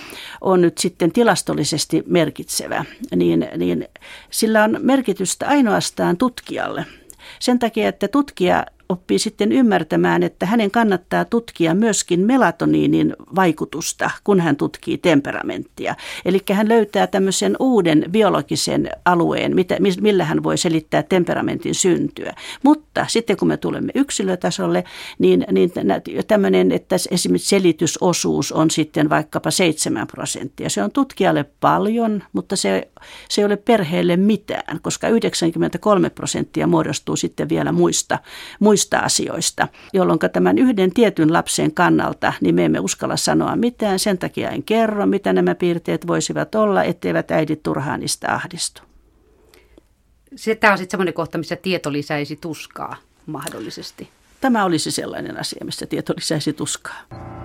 on nyt sitten tilastollisesti merkitsevä, niin sillä on merkitystä ainoastaan tutkijalle. Sen takia, että tutkija oppii sitten ymmärtämään, että hänen kannattaa tutkia myöskin melatoniinin vaikutusta, kun hän tutkii temperamenttia. Eli hän löytää tämmöisen uuden biologisen alueen, millä hän voi selittää temperamentin syntyä. Mutta sitten kun me tulemme yksilötasolle, niin tämmöinen, että esimerkiksi selitysosuus on sitten vaikkapa 7%. Se on tutkijalle paljon, mutta se ei ole perheelle mitään, koska 93% muodostuu sitten vielä muista asioista, jolloin tämän yhden tietyn lapsen kannalta niin me emme uskalla sanoa mitään, sen takia en kerro, mitä nämä piirteet voisivat olla, etteivät äidit turhaan niistä ahdistu. Tämä on sitten semmoinen kohta, missä tieto lisäisi tuskaa mahdollisesti. Tämä olisi sellainen asia, missä tieto lisäisi tuskaa.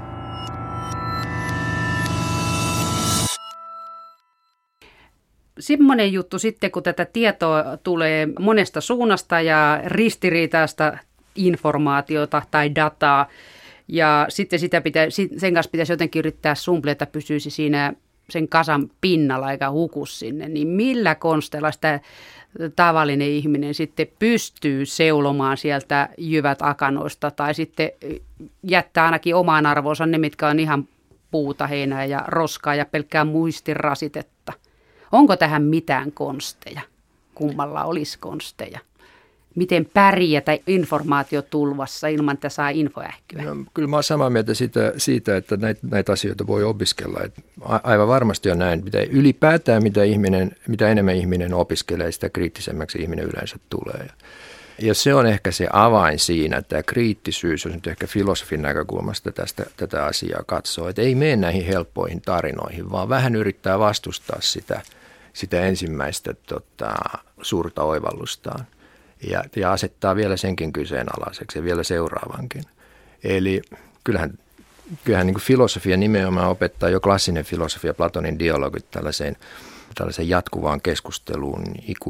Semmoinen juttu sitten, kun tätä tietoa tulee monesta suunnasta ja ristiriitaista informaatiota tai dataa, ja sitten sen kanssa pitäisi jotenkin yrittää sumplia, että pysyisi siinä sen kasan pinnalla eikä huku sinne, niin millä konsteilla sitä tavallinen ihminen sitten pystyy seulomaan sieltä jyvät akanoista tai sitten jättää ainakin omaan arvoonsa ne, mitkä on ihan puuta, heinää ja roskaa ja pelkkää muistirasitetta. Onko tähän mitään konsteja? Kummalla olisi konsteja? Miten pärjätä informaatiotulvassa ilman, että saa infoähkyä? No, kyllä mä olen samaa mieltä siitä, että näitä asioita voi opiskella. Aivan varmasti on näin. Ylipäätään mitä enemmän ihminen opiskelee, sitä kriittisemmäksi ihminen yleensä tulee. Ja se on ehkä se avain siinä, että tämä kriittisyys, jos nyt ehkä filosofin näkökulmasta tätä asiaa katsoo, että ei mene näihin helppoihin tarinoihin, vaan vähän yrittää vastustaa sitä ensimmäistä suurta oivallustaan. Ja asettaa vielä senkin kyseenalaiseksi ja vielä seuraavankin. Eli kyllähän niin kuin filosofia nimenomaan opettaa jo klassinen filosofia, Platonin dialogit tällaiseen jatkuvaan keskusteluun,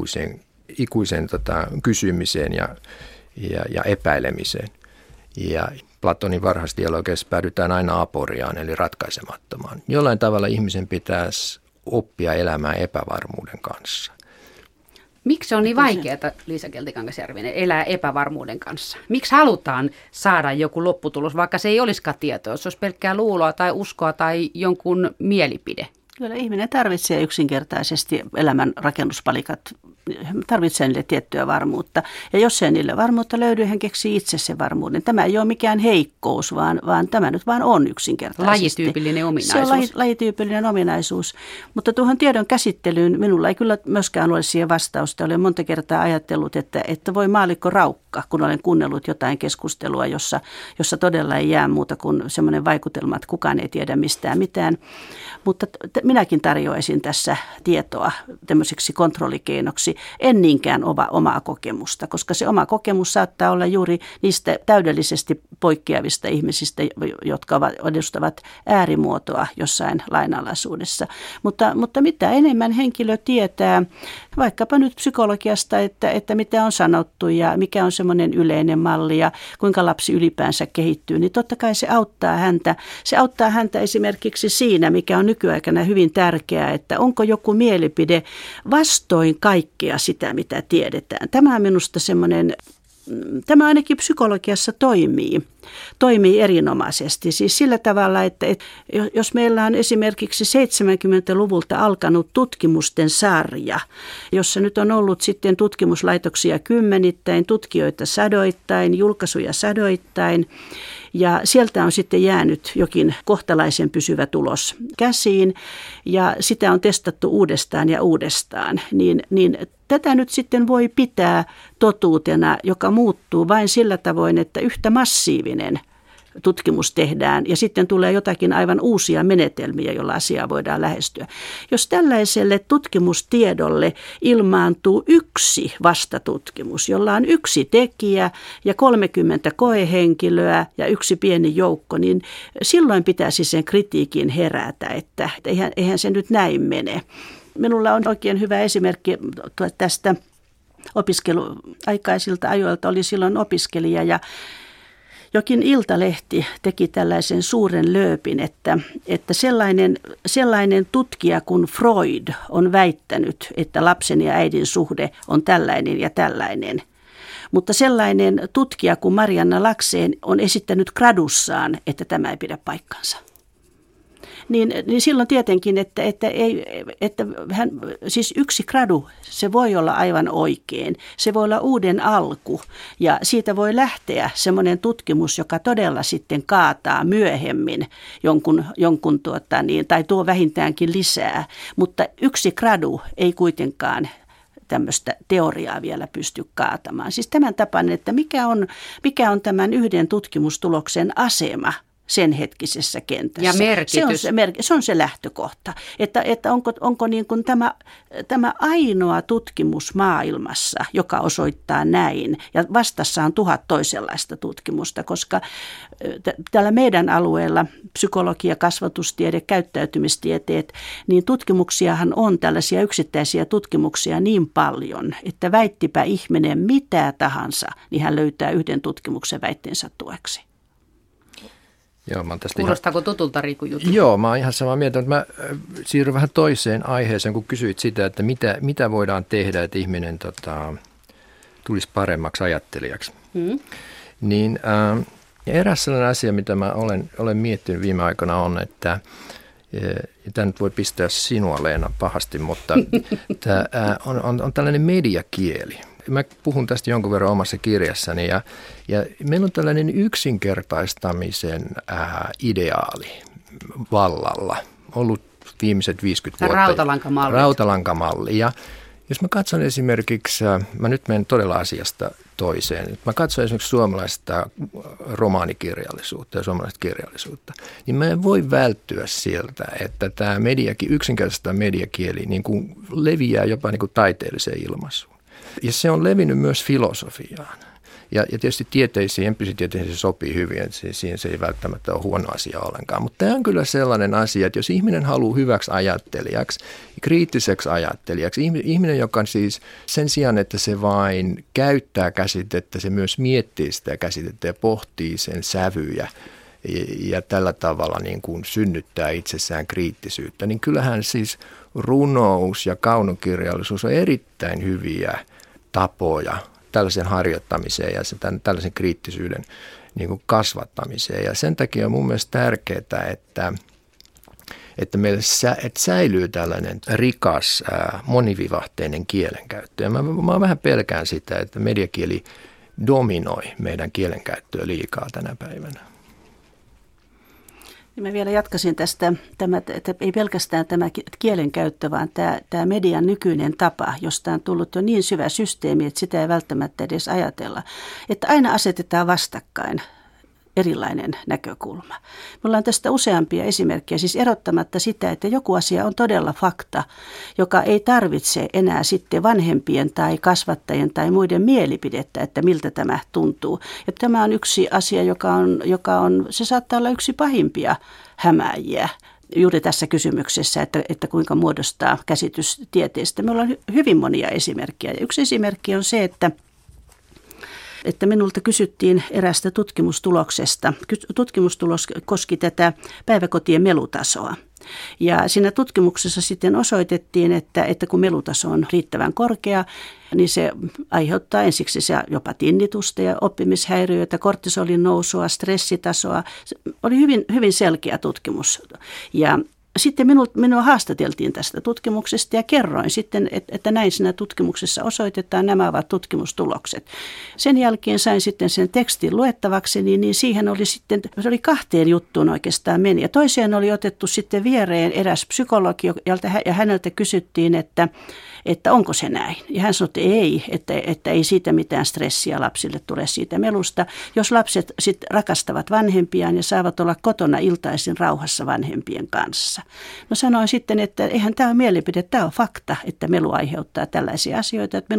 ikuiseen kysymiseen ja epäilemiseen. Ja Platonin varhaisdialogeissa päädytään aina aporiaan, eli ratkaisemattomaan. Jollain tavalla ihmisen pitäisi oppia elämään epävarmuuden kanssa. Miksi on niin vaikeaa, Liisa Keltikangasjärvinen, elää epävarmuuden kanssa? Miksi halutaan saada joku lopputulos, vaikka se ei olisikaan tietoa, se olisi pelkkää luuloa tai uskoa tai jonkun mielipide? Kyllä ihminen tarvitsee yksinkertaisesti elämän rakennuspalikat, tarvitsee niille tiettyä varmuutta. Ja jos ei niille varmuutta löydy, hän keksii itse sen varmuuden. Tämä ei ole mikään heikkous, vaan tämä nyt vaan on yksinkertaisesti. Lajityypillinen ominaisuus. Se on lajityypillinen ominaisuus. Mutta tuohon tiedon käsittelyyn minulla ei kyllä myöskään ole siihen vastausta. Olen monta kertaa ajatellut, että voi maallikko raukka, kun olen kuunnellut jotain keskustelua, jossa todella ei jää muuta kuin semmoinen vaikutelma, että kukaan ei tiedä mistään mitään. Mutta minäkin tarjoaisin tässä tietoa tämmöiseksi kontrollikeinoksi, en niinkään omaa kokemusta, koska se oma kokemus saattaa olla juuri niistä täydellisesti poikkeavista ihmisistä, jotka edustavat äärimuotoa jossain lainalaisuudessa. Mutta mitä enemmän henkilö tietää, vaikkapa nyt psykologiasta, että mitä on sanottu ja mikä on semmoinen yleinen malli ja kuinka lapsi ylipäänsä kehittyy, niin totta kai se auttaa häntä. Se auttaa häntä esimerkiksi siinä, mikä on nykyaikana hyvin tärkeää, että onko joku mielipide vastoin kaikkea sitä, mitä tiedetään. Tämä on minusta semmoinen, tämä ainakin psykologiassa toimii erinomaisesti. Siis sillä tavalla, että jos meillä on esimerkiksi 70-luvulta alkanut tutkimusten sarja, jossa nyt on ollut sitten tutkimuslaitoksia kymmenittäin, tutkijoita sadoittain, julkaisuja sadoittain, ja sieltä on sitten jäänyt jokin kohtalaisen pysyvä tulos käsiin ja sitä on testattu uudestaan ja uudestaan, niin tätä nyt sitten voi pitää totuutena, joka muuttuu vain sillä tavoin, että yhtä massiivinen tutkimus tehdään ja sitten tulee jotakin aivan uusia menetelmiä, joilla asiaa voidaan lähestyä. Jos tällaiselle tutkimustiedolle ilmaantuu yksi vastatutkimus, jolla on yksi tekijä ja 30 koehenkilöä ja yksi pieni joukko, niin silloin pitäisi sen kritiikin herätä, että eihän se nyt näin mene. Minulla on oikein hyvä esimerkki tästä opiskeluaikaisilta ajoilta. Oli silloin opiskelija ja jokin Iltalehti teki tällaisen suuren lööpin, että sellainen tutkija kuin Freud on väittänyt, että lapsen ja äidin suhde on tällainen ja tällainen. Mutta sellainen tutkija kuin Marianna Laxén on esittänyt gradussaan, että tämä ei pidä paikkansa. Niin silloin tietenkin, että siis yksi gradu, se voi olla aivan oikein. Se voi olla uuden alku ja siitä voi lähteä semmoinen tutkimus, joka todella sitten kaataa myöhemmin jonkun tai tuo vähintäänkin lisää. Mutta yksi gradu ei kuitenkaan tämmöistä teoriaa vielä pysty kaatamaan. Siis tämän tapainen, että mikä on tämän yhden tutkimustuloksen asema sen hetkisessä kentässä. Ja merkitys. Se on se lähtökohta, että onko niin kuin tämä ainoa tutkimus maailmassa, joka osoittaa näin, ja vastassa on 1000 toisenlaista tutkimusta, koska täällä meidän alueella psykologia, kasvatustiede, käyttäytymistieteet, niin tutkimuksiahan on tällaisia yksittäisiä tutkimuksia niin paljon, että väittipä ihminen mitä tahansa, niin hän löytää yhden tutkimuksen väitteensä tueksi. Joo, kuulostaako tutulta, Riku, juttu? Joo, mä oon ihan samaa mieltä, mutta mä siirryn vähän toiseen aiheeseen, kun kysyit sitä, että mitä voidaan tehdä, että ihminen tulisi paremmaksi ajattelijaksi. Niin eräs sellainen asia, mitä mä olen miettinyt viime aikoina on, että tämä nyt voi pistää sinua, Leena, pahasti, mutta tämä on tällainen mediakieli. Mä puhun tästä jonkun verran omassa kirjassani ja meillä on tällainen yksinkertaistamisen ideaali vallalla ollut viimeiset 50 vuotta. Rautalankamalli. Ja jos mä katson esimerkiksi, mä nyt menen todella asiasta toiseen. Mä katson esimerkiksi suomalaista romaanikirjallisuutta ja suomalaista kirjallisuutta, niin mä en voi välttyä siltä, että tämä yksinkertaista mediakieli niin kuin leviää jopa niin kuin taiteelliseen ilmaisuun. Ja se on levinnyt myös filosofiaan. Ja tietysti empiirisitieteisiin se sopii hyvin, että siihen se ei välttämättä ole huono asia ollenkaan. Mutta tämä on kyllä sellainen asia, että jos ihminen haluaa hyväksi ajattelijaksi, kriittiseksi ajattelijaksi, ihminen, joka siis sen sijaan, että se vain käyttää käsitettä, se myös miettii sitä käsitettä ja pohtii sen sävyjä ja tällä tavalla niin kuin synnyttää itsessään kriittisyyttä, niin kyllähän siis runous ja kaunokirjallisuus on erittäin hyviä tapoja tällaisen harjoittamiseen ja tällaisen kriittisyyden niin kuin kasvattamiseen. Ja sen takia on mun mielestä tärkeää, että meillä säilyy tällainen rikas, monivivahteinen kielenkäyttö. Ja mä vähän pelkään sitä, että mediakieli dominoi meidän kielenkäyttöä liikaa tänä päivänä. Mä vielä jatkaisin tästä, että ei pelkästään tämä kielenkäyttö, vaan tämä median nykyinen tapa, josta on tullut jo niin syvä systeemi, että sitä ei välttämättä edes ajatella, että aina asetetaan vastakkain erilainen näkökulma. Meillä on tästä useampia esimerkkejä, siis erottamatta sitä, että joku asia on todella fakta, joka ei tarvitse enää sitten vanhempien tai kasvattajien tai muiden mielipidettä, että miltä tämä tuntuu. Ja tämä on yksi asia, se saattaa olla yksi pahimpia hämääjiä juuri tässä kysymyksessä, että kuinka muodostaa käsitys tieteestä. Meillä on hyvin monia esimerkkejä. Yksi esimerkki on se, että minulta kysyttiin eräästä tutkimustuloksesta. Tutkimustulos koski tätä päiväkotien melutasoa. Ja siinä tutkimuksessa sitten osoitettiin, että kun melutaso on riittävän korkea, niin se aiheuttaa ensiksi se jopa tinnitusta ja oppimishäiriöitä, kortisolin nousua, stressitasoa. Se oli hyvin, hyvin selkeä tutkimus. Ja sitten minua haastateltiin tästä tutkimuksesta ja kerroin sitten, että näin siinä tutkimuksessa osoitetaan, nämä ovat tutkimustulokset. Sen jälkeen sain sitten sen tekstin luettavaksi, niin siihen oli sitten, se oli 2 juttuun oikeastaan meni. Ja toiseen oli otettu sitten viereen eräs psykologi, ja häneltä kysyttiin, että onko se näin. Ja hän sanoi, että ei siitä mitään stressiä lapsille tule siitä melusta, jos lapset sitten rakastavat vanhempiaan ja saavat olla kotona iltaisin rauhassa vanhempien kanssa. No sanoin sitten, että eihän tämä ole mielipide, tämä on fakta, että melu aiheuttaa tällaisia asioita. Että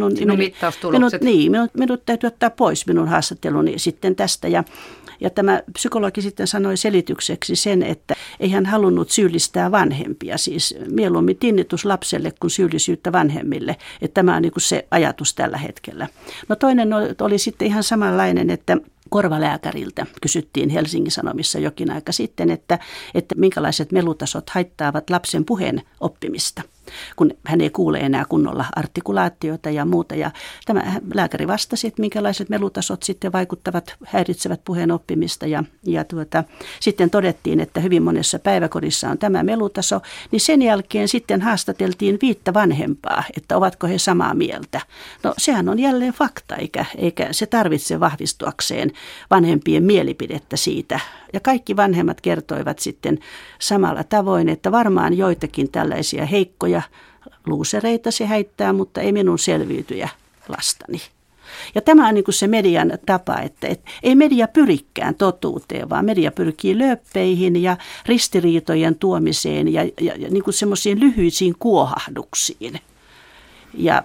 minut täytyy ottaa pois minun haastatteluni sitten tästä ja tämä psykologi sitten sanoi selitykseksi sen, että ei hän halunnut syyllistää vanhempia, siis mieluummin tinnitus lapselle kuin syyllisyyttä vanhemmille, että tämä on niin kuin se ajatus tällä hetkellä. No toinen oli sitten ihan samanlainen, että korvalääkäriltä kysyttiin Helsingin Sanomissa jokin aika sitten, että minkälaiset melutasot haittaavat lapsen puheen oppimista, kun hän ei kuule enää kunnolla artikulaatiota ja muuta. Ja tämä lääkäri vastasi, että minkälaiset melutasot sitten häiritsevät puheen oppimista. Ja sitten todettiin, että hyvin monessa päiväkodissa on tämä melutaso. Niin sen jälkeen sitten haastateltiin 5 vanhempaa, että ovatko he samaa mieltä. No sehän on jälleen fakta, eikä se tarvitse vahvistuakseen vanhempien mielipidettä siitä. Ja kaikki vanhemmat kertoivat sitten samalla tavoin, että varmaan joitakin tällaisia heikkoja luusereita se häittää, mutta ei minun selviytyjä lastani. Ja tämä on niin kuin se median tapa, että ei media pyrikään totuuteen, vaan media pyrkii lööppeihin ja ristiriitojen tuomiseen ja niin kuin semmoisiin lyhyisiin kuohahduksiin. Ja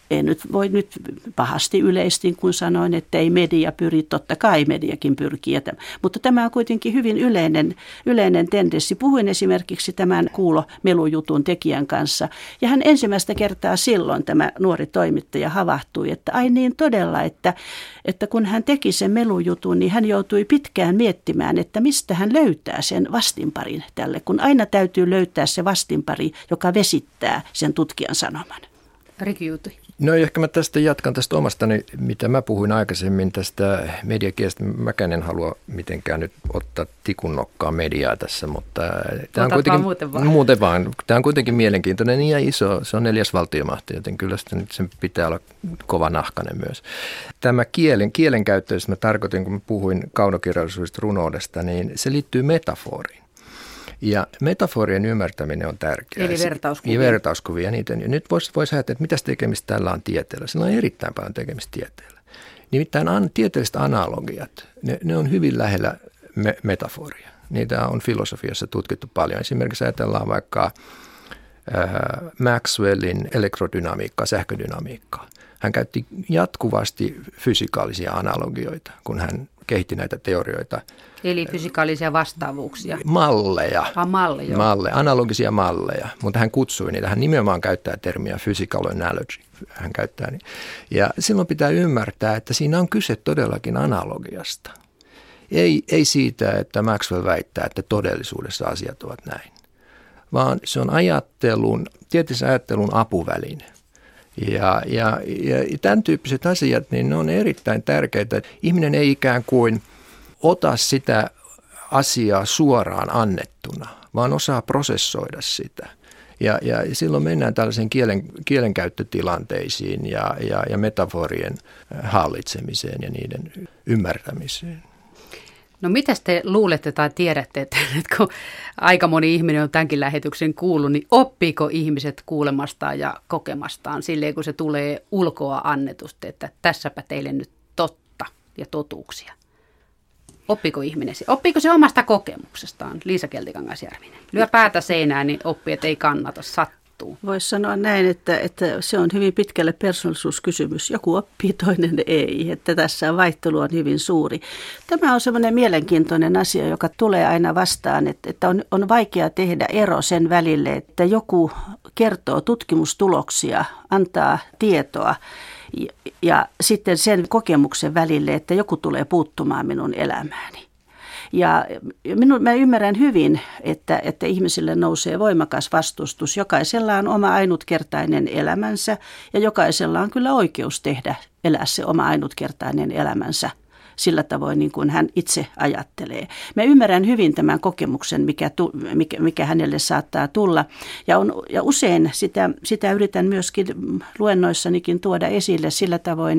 En nyt voi nyt pahasti yleistin, kun sanoin, että ei media pyri, totta kai mediakin pyrkii. Mutta tämä on kuitenkin hyvin yleinen tendenssi. Puhuin esimerkiksi tämän kuulomelujutun tekijän kanssa, ja hän ensimmäistä kertaa silloin tämä nuori toimittaja havahtui, että ai niin todella, että kun hän teki sen melujutun, niin hän joutui pitkään miettimään, että mistä hän löytää sen vastinparin tälle, kun aina täytyy löytää se vastinpari, joka vesittää sen tutkijan sanoman. Riki Juuti. No ehkä mä jatkan tästä omastani, mitä mä puhuin aikaisemmin tästä mediakielestä. Mäkään en halua mitenkään nyt ottaa tikun nokkaa mediaa tässä, mutta tämä on kuitenkin muuten vaan. Tämä on kuitenkin mielenkiintoinen ja iso. Se on 4. valtiomahti, joten kyllä sen pitää olla kova nahkainen myös. Tämä kielenkäyttö, jos mä tarkoitin, kun mä puhuin kaunokirjallisuudesta, runoudesta, niin se liittyy metaforiin. Ja metaforien ymmärtäminen on tärkeää. Eli vertauskuvia. Vertauskuvia. Niitä. Ja nyt voisi ajatella, että mitä tekemistä tällä on tieteellä. Sillä on erittäin paljon tekemistä tieteellä. Nimittäin tieteelliset analogiat, ne on hyvin lähellä metaforia. Niitä on filosofiassa tutkittu paljon. Esimerkiksi ajatellaan vaikka Maxwellin elektrodynamiikkaa, sähködynamiikkaa. Hän käytti jatkuvasti fysikaalisia analogioita, kun hän kehitti näitä teorioita. Eli fysikaalisia vastaavuuksia. Malleja. Malleja, analogisia malleja, mutta hän kutsui niitä. Hän nimenomaan käyttää termiä physical analogy. Hän käyttää niin. Ja silloin pitää ymmärtää, että siinä on kyse todellakin analogiasta. Ei siitä, että Maxwell väittää, että todellisuudessa asiat ovat näin, vaan se on tieteellisen ajattelun apuväline. Ja tämän tyyppiset asiat, niin ne on erittäin tärkeitä. Ihminen ei ikään kuin ota sitä asiaa suoraan annettuna, vaan osaa prosessoida sitä. Ja silloin mennään tällaisiin kielenkäyttötilanteisiin ja metaforien hallitsemiseen ja niiden ymmärtämiseen. No mitäs te luulette tai tiedätte, että nyt kun aika moni ihminen on tämänkin lähetyksen kuullut, niin oppiiko ihmiset kuulemastaan ja kokemastaan silleen, kun se tulee ulkoa annetusti, että tässäpä teille nyt totta ja totuuksia? Oppiko ihminen? Oppiiko se omasta kokemuksestaan? Liisa Keltikangas-Järvinen. Lyö päätä seinään, niin oppii, että ei kannata sattua. Voisi sanoa näin, että se on hyvin pitkälle persoonallisuuskysymys. Joku oppii, toinen ei. Että tässä vaihtelu on hyvin suuri. Tämä on semmoinen mielenkiintoinen asia, joka tulee aina vastaan, että on vaikea tehdä ero sen välille, että joku kertoo tutkimustuloksia, antaa tietoa ja sitten sen kokemuksen välille, että joku tulee puuttumaan minun elämääni. Ja mä ymmärrän hyvin, että ihmisille nousee voimakas vastustus. Jokaisella on oma ainutkertainen elämänsä ja jokaisella on kyllä oikeus elää se oma ainutkertainen elämänsä sillä tavoin, niin kuin hän itse ajattelee. Mä ymmärrän hyvin tämän kokemuksen, mikä hänelle saattaa tulla. Ja usein sitä yritän myöskin luennoissanikin tuoda esille sillä tavoin,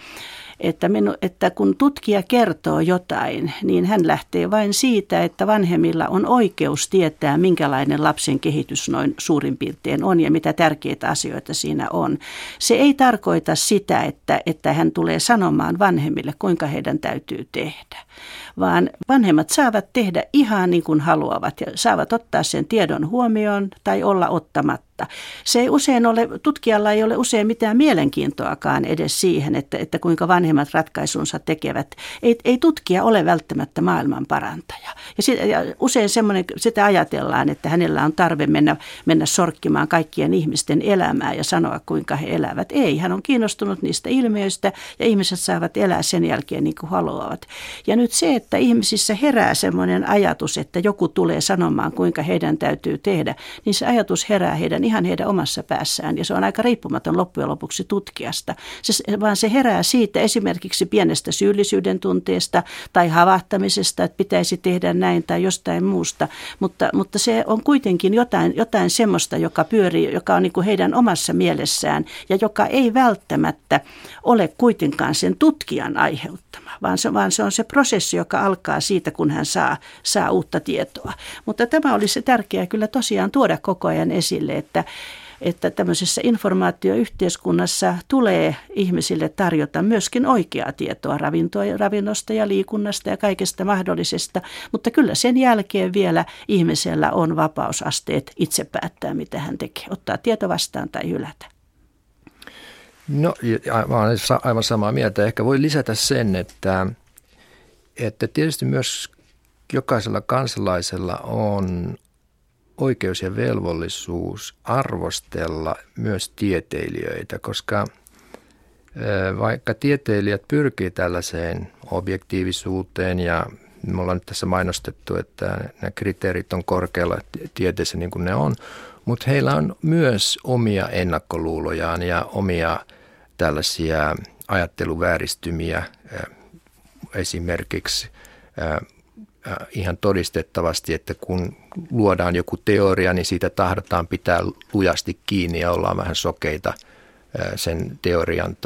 että kun tutkija kertoo jotain, niin hän lähtee vain siitä, että vanhemmilla on oikeus tietää, minkälainen lapsen kehitys noin suurin piirtein on ja mitä tärkeitä asioita siinä on. Se ei tarkoita sitä, että hän tulee sanomaan vanhemmille, kuinka heidän täytyy tehdä, vaan vanhemmat saavat tehdä ihan niin kuin haluavat ja saavat ottaa sen tiedon huomioon tai olla ottamatta. Se ei usein ole, tutkijalla ei ole usein mitään mielenkiintoakaan edes siihen, että kuinka vanhemmat ratkaisunsa tekevät. Ei tutkija ole välttämättä maailman parantaja. Ja usein sitä ajatellaan, että hänellä on tarve mennä sorkkimaan kaikkien ihmisten elämää ja sanoa, kuinka he elävät. Ei, hän on kiinnostunut niistä ilmiöistä ja ihmiset saavat elää sen jälkeen niin kuin haluavat. Ja nyt se, että ihmisissä herää semmoinen ajatus, että joku tulee sanomaan, kuinka heidän täytyy tehdä, niin se ajatus herää ihan heidän omassa päässään. Ja se on aika riippumaton loppujen lopuksi tutkijasta. Vaan se herää siitä esimerkiksi pienestä syyllisyyden tunteesta tai havahtamisesta, että pitäisi tehdä näin tai jostain muusta. Mutta se on kuitenkin jotain semmoista, joka pyörii, joka on niin kuin heidän omassa mielessään ja joka ei välttämättä ole kuitenkaan sen tutkijan aiheuttama, vaan se on se prosessi, joka alkaa siitä, kun hän saa uutta tietoa. Mutta tämä olisi tärkeää kyllä tosiaan tuoda koko ajan esille, että tämmöisessä informaatioyhteiskunnassa tulee ihmisille tarjota myöskin oikeaa tietoa ravinnosta ja liikunnasta ja kaikesta mahdollisesta, mutta kyllä sen jälkeen vielä ihmisellä on vapausasteet itse päättää, mitä hän tekee, ottaa tieto vastaan tai hylätä. No, mä olen aivan samaa mieltä. Ehkä voi lisätä sen, että tietysti myös jokaisella kansalaisella on oikeus ja velvollisuus arvostella myös tieteilijöitä, koska vaikka tieteilijät pyrkii tällaiseen objektiivisuuteen ja me ollaan nyt tässä mainostettu, että nämä kriteerit on korkealla tieteessä niin kuin ne on, mutta heillä on myös omia ennakkoluulojaan ja omia tällaisia ajatteluvääristymiä esimerkiksi ihan todistettavasti, että kun luodaan joku teoria, niin siitä tahdotaan pitää lujasti kiinni ja ollaan vähän sokeita sen teorian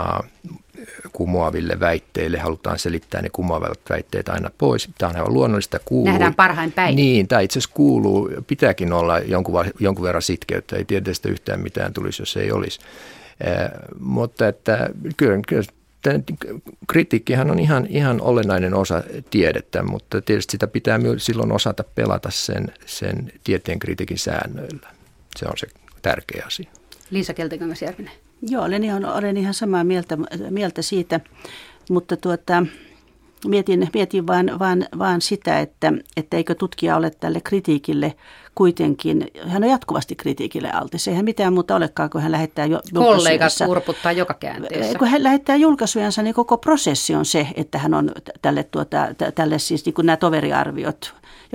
kumoaville väitteille. Halutaan selittää ne kumoavat väitteet aina pois. Tämä on aivan luonnollista. Kuuluu. Nähdään parhain päin. Niin, tämä itse asiassa kuuluu. Pitääkin olla jonkun verran sitkeyttä. Ei tietysti yhtään mitään tulisi, jos ei olisi. Mutta että kyllä kritiikkihän on ihan olennainen osa tiedettä, mutta tietysti sitä pitää myös silloin osata pelata sen tieteen kritiikin säännöillä. Se on se tärkeä asia. Liisa Keltikangas-Järvinen. Joo, olen ihan samaa mieltä siitä, mutta mietin vaan sitä, että eikö tutkija ole tälle kritiikille kuitenkin, hän on jatkuvasti kritiikille altis. Eihän mitään muuta olekaan, kun hän lähettää kollegat urputtaa joka käänteessä. Kun hän lähettää julkaisujansa, niin koko prosessi on se, että hän on tälle siis niin kuin nämä toveriarviot,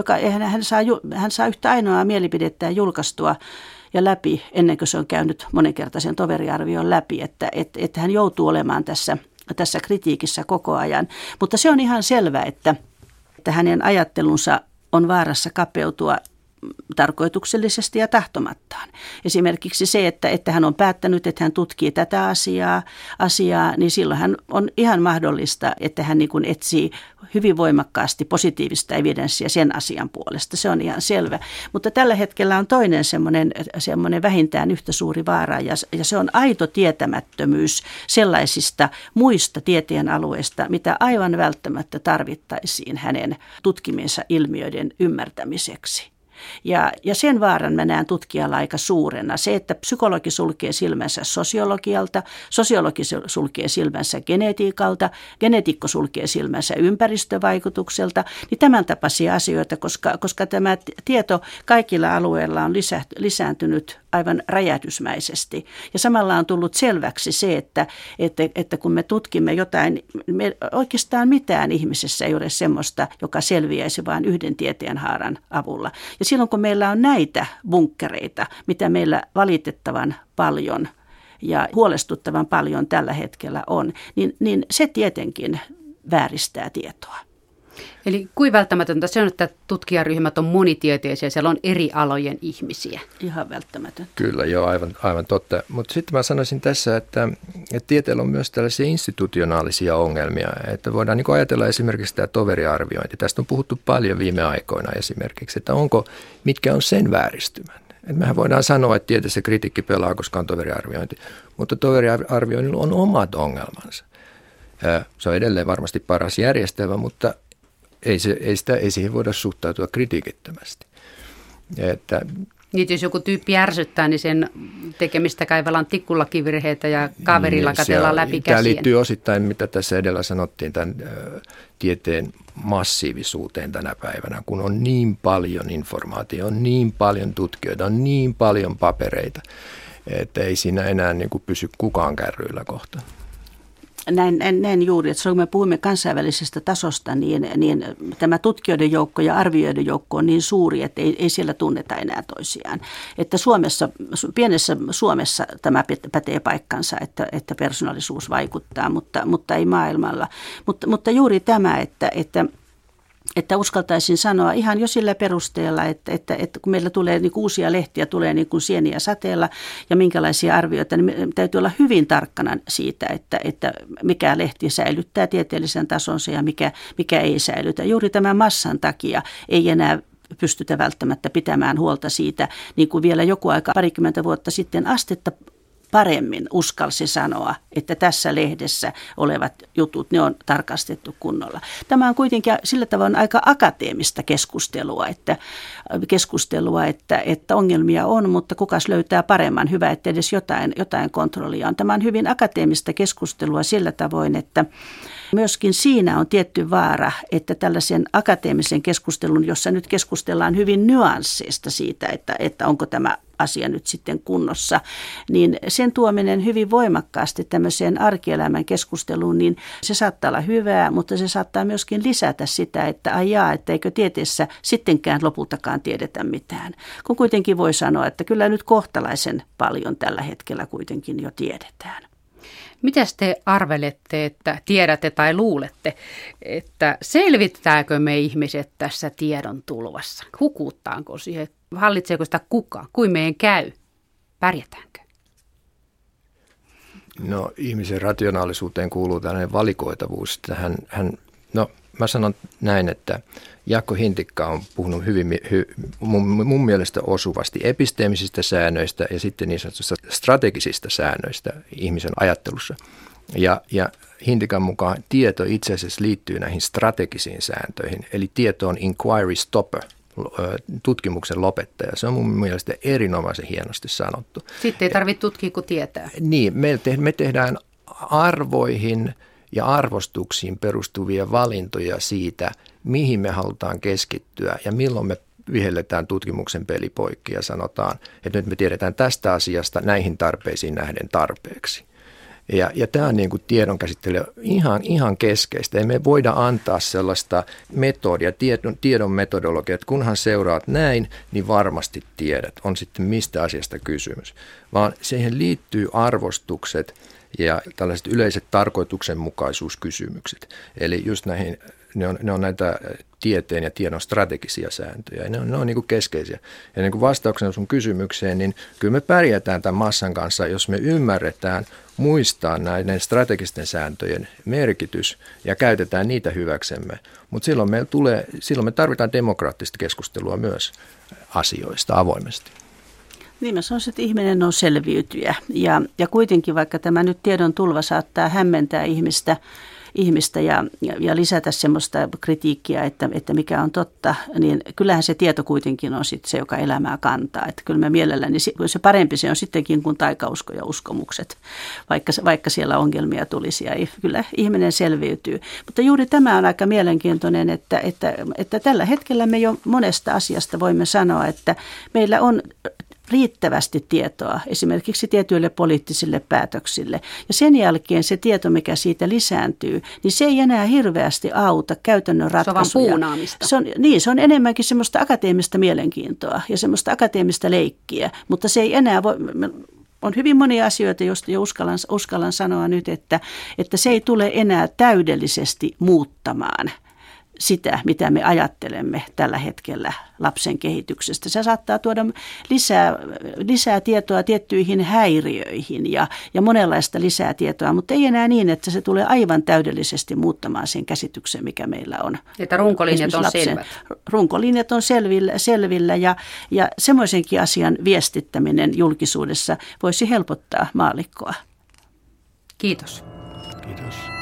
hän saa yhtä ainoaa mielipidettä julkaistua ja läpi ennen kuin se on käynyt monenkertaisen toveriarvion läpi, että hän joutuu olemaan tässä kritiikissä koko ajan. Mutta se on ihan selvä, että hänen ajattelunsa on vaarassa kapeutua tarkoituksellisesti ja tahtomattaan. Esimerkiksi se, että hän on päättänyt, että hän tutkii tätä asiaa, niin silloin hän on ihan mahdollista, että hän niin kuin etsii hyvin voimakkaasti positiivista evidenssiä sen asian puolesta. Se on ihan selvä. Mutta tällä hetkellä on toinen semmoinen vähintään yhtä suuri vaara, ja se on aito tietämättömyys sellaisista muista tieteen alueista, mitä aivan välttämättä tarvittaisiin hänen tutkimiensa ilmiöiden ymmärtämiseksi. Ja sen vaaran mä näen tutkijalla aika suurena. Se, että psykologi sulkee silmänsä sosiologialta, sosiologi sulkee silmänsä genetiikalta, genetikko sulkee silmänsä ympäristövaikutukselta, niin tämän tapaisia asioita, koska tämä tieto kaikilla alueilla on lisääntynyt aivan räjähdysmäisesti. Ja samalla on tullut selväksi se, että kun me tutkimme jotain, oikeastaan mitään ihmisessä ei ole semmoista, joka selviäisi vain yhden tieteenhaaran avulla. Ja silloin kun meillä on näitä bunkkereita, mitä meillä valitettavan paljon ja huolestuttavan paljon tällä hetkellä on, niin se tietenkin vääristää tietoa. Eli kuinka välttämätöntä se on, että tutkijaryhmät on monitieteisiä, siellä on eri alojen ihmisiä? Ihan välttämätöntä. Kyllä, joo, aivan totta. Mutta sitten mä sanoisin tässä, että tieteellä on myös tällaisia institutionaalisia ongelmia. Että voidaan niin ajatella esimerkiksi tämä toveriarviointi. Tästä on puhuttu paljon viime aikoina esimerkiksi, että mitkä on sen vääristymän. Et mehän voidaan sanoa, että tieteessä kritiikki pelaa, koska on toveriarviointi, mutta toveriarvioinnilla on omat ongelmansa. Se on edelleen varmasti paras järjestelmä, mutta ei siihen voida suhtautua kritiikittömästi. Niin, jos joku tyyppi ärsyttää, niin sen tekemistä kaivellaan tikkullakivirheitä ja kaverilla katellaan läpi käsien. Tämä liittyy osittain, mitä tässä edellä sanottiin, tämän tieteen massiivisuuteen tänä päivänä, kun on niin paljon informaatiota, on niin paljon tutkijoita, on niin paljon papereita, että ei siinä enää niin kuin pysy kukaan kärryillä kohta. Näin juuri, että kun me puhumme kansainvälisestä tasosta, niin tämä tutkijoiden joukko ja arvioiden joukko on niin suuri, että ei siellä tunneta enää toisiaan. Että pienessä Suomessa tämä pätee paikkansa, että persoonallisuus vaikuttaa, mutta ei maailmalla. Mutta juuri tämä, että uskaltaisin sanoa ihan jo sillä perusteella, että kun meillä tulee niin uusia lehtiä, tulee niin kuin sieniä sateella ja minkälaisia arvioita, niin täytyy olla hyvin tarkkana siitä, että mikä lehti säilyttää tieteellisen tasonsa ja mikä ei säilytä. Juuri tämän massan takia ei enää pystytä välttämättä pitämään huolta siitä, niin kuin vielä joku aika parikymmentä vuotta sitten astetta paremmin uskalsi sanoa, että tässä lehdessä olevat jutut, ne on tarkastettu kunnolla. Tämä on kuitenkin sillä tavalla aika akateemista keskustelua, että ongelmia on, mutta kukas löytää paremman. Hyvä, että edes jotain kontrollia on. Tämä on hyvin akateemista keskustelua sillä tavoin, että myöskin siinä on tietty vaara, että tällaisen akateemisen keskustelun, jossa nyt keskustellaan hyvin nyansseista siitä, että onko tämä asia nyt sitten kunnossa, niin sen tuominen hyvin voimakkaasti tämmöiseen arkielämän keskusteluun, niin se saattaa olla hyvää, mutta se saattaa myöskin lisätä sitä, että että eikö tieteessä sittenkään lopultakaan tiedetä mitään. Kun kuitenkin voi sanoa, että kyllä nyt kohtalaisen paljon tällä hetkellä kuitenkin jo tiedetään. Mitäs te arvelette, että tiedätte tai luulette, että selvittääkö me ihmiset tässä tiedon tulvassa? Hukuttaanko siihen? Hallitseeko sitä kukaan? Kuin meidän käy? Pärjätäänkö? No ihmisen rationaalisuuteen kuuluu tällainen valikoitavuus. Mä sanon näin, että Jaakko Hintikka on puhunut mun mielestä osuvasti episteemisistä säännöistä ja sitten niin sanotusta strategisista säännöistä ihmisen ajattelussa. Ja Hintikan mukaan tieto itse asiassa liittyy näihin strategisiin sääntöihin, eli tieto on inquiry stopper, tutkimuksen lopettaja. Se on mun mielestä erinomaisen hienosti sanottu. Sitten ei tarvitse tutkia, kun tietää. Niin, me tehdään arvoihin ja arvostuksiin perustuvia valintoja siitä, mihin me halutaan keskittyä ja milloin me vihelletään tutkimuksen pelipoikki ja sanotaan, että nyt me tiedetään tästä asiasta näihin tarpeisiin nähden tarpeeksi. Ja tämä on niin kuin tiedon käsittely ihan keskeistä. Ei me voida antaa sellaista metodia, tiedon metodologiaa, että kunhan seuraat näin, niin varmasti tiedät. On sitten mistä asiasta kysymys. Vaan siihen liittyy arvostukset ja tällaiset yleiset tarkoituksenmukaisuuskysymykset. Eli just näihin, ne on näitä tieteen ja tiedon strategisia sääntöjä. Ne on niin kuin keskeisiä. Ja niin kuin vastauksena sun kysymykseen, niin kyllä me pärjätään tämän massan kanssa, jos me ymmärretään muistaa näiden strategisten sääntöjen merkitys ja käytetään niitä hyväksemme. Mutta silloin me tarvitaan demokraattista keskustelua myös asioista avoimesti. Niin mä sanoisin, että ihminen on selviytyjä ja kuitenkin vaikka tämä nyt tiedon tulva saattaa hämmentää ihmistä ja lisätä semmoista kritiikkiä, että mikä on totta, niin kyllähän se tieto kuitenkin on sitten se, joka elämää kantaa. Että kyllä mä mielelläni, se parempi se on sittenkin kuin taikausko ja uskomukset, vaikka siellä ongelmia tulisi ja kyllä ihminen selviytyy. Mutta juuri tämä on aika mielenkiintoinen, että tällä hetkellä me jo monesta asiasta voimme sanoa, että meillä on riittävästi tietoa esimerkiksi tietyille poliittisille päätöksille. Ja sen jälkeen se tieto, mikä siitä lisääntyy, niin se ei enää hirveästi auta käytännön ratkaisuja. Se on vaan puunaamista. Se on enemmänkin semmoista akateemista mielenkiintoa ja semmoista akateemista leikkiä, mutta se ei enää voi. On hyvin monia asioita, joista jo uskallan sanoa nyt, että se ei tule enää täydellisesti muuttamaan sitä, mitä me ajattelemme tällä hetkellä lapsen kehityksestä. Se saattaa tuoda lisää tietoa tiettyihin häiriöihin ja monenlaista lisää tietoa, mutta ei enää niin, että se tulee aivan täydellisesti muuttamaan sen käsityksen, mikä meillä on. Että runkolinjat on selvät. Runkolinjat on selvillä ja semmoisenkin asian viestittäminen julkisuudessa voisi helpottaa maallikkoa. Kiitos. Kiitos.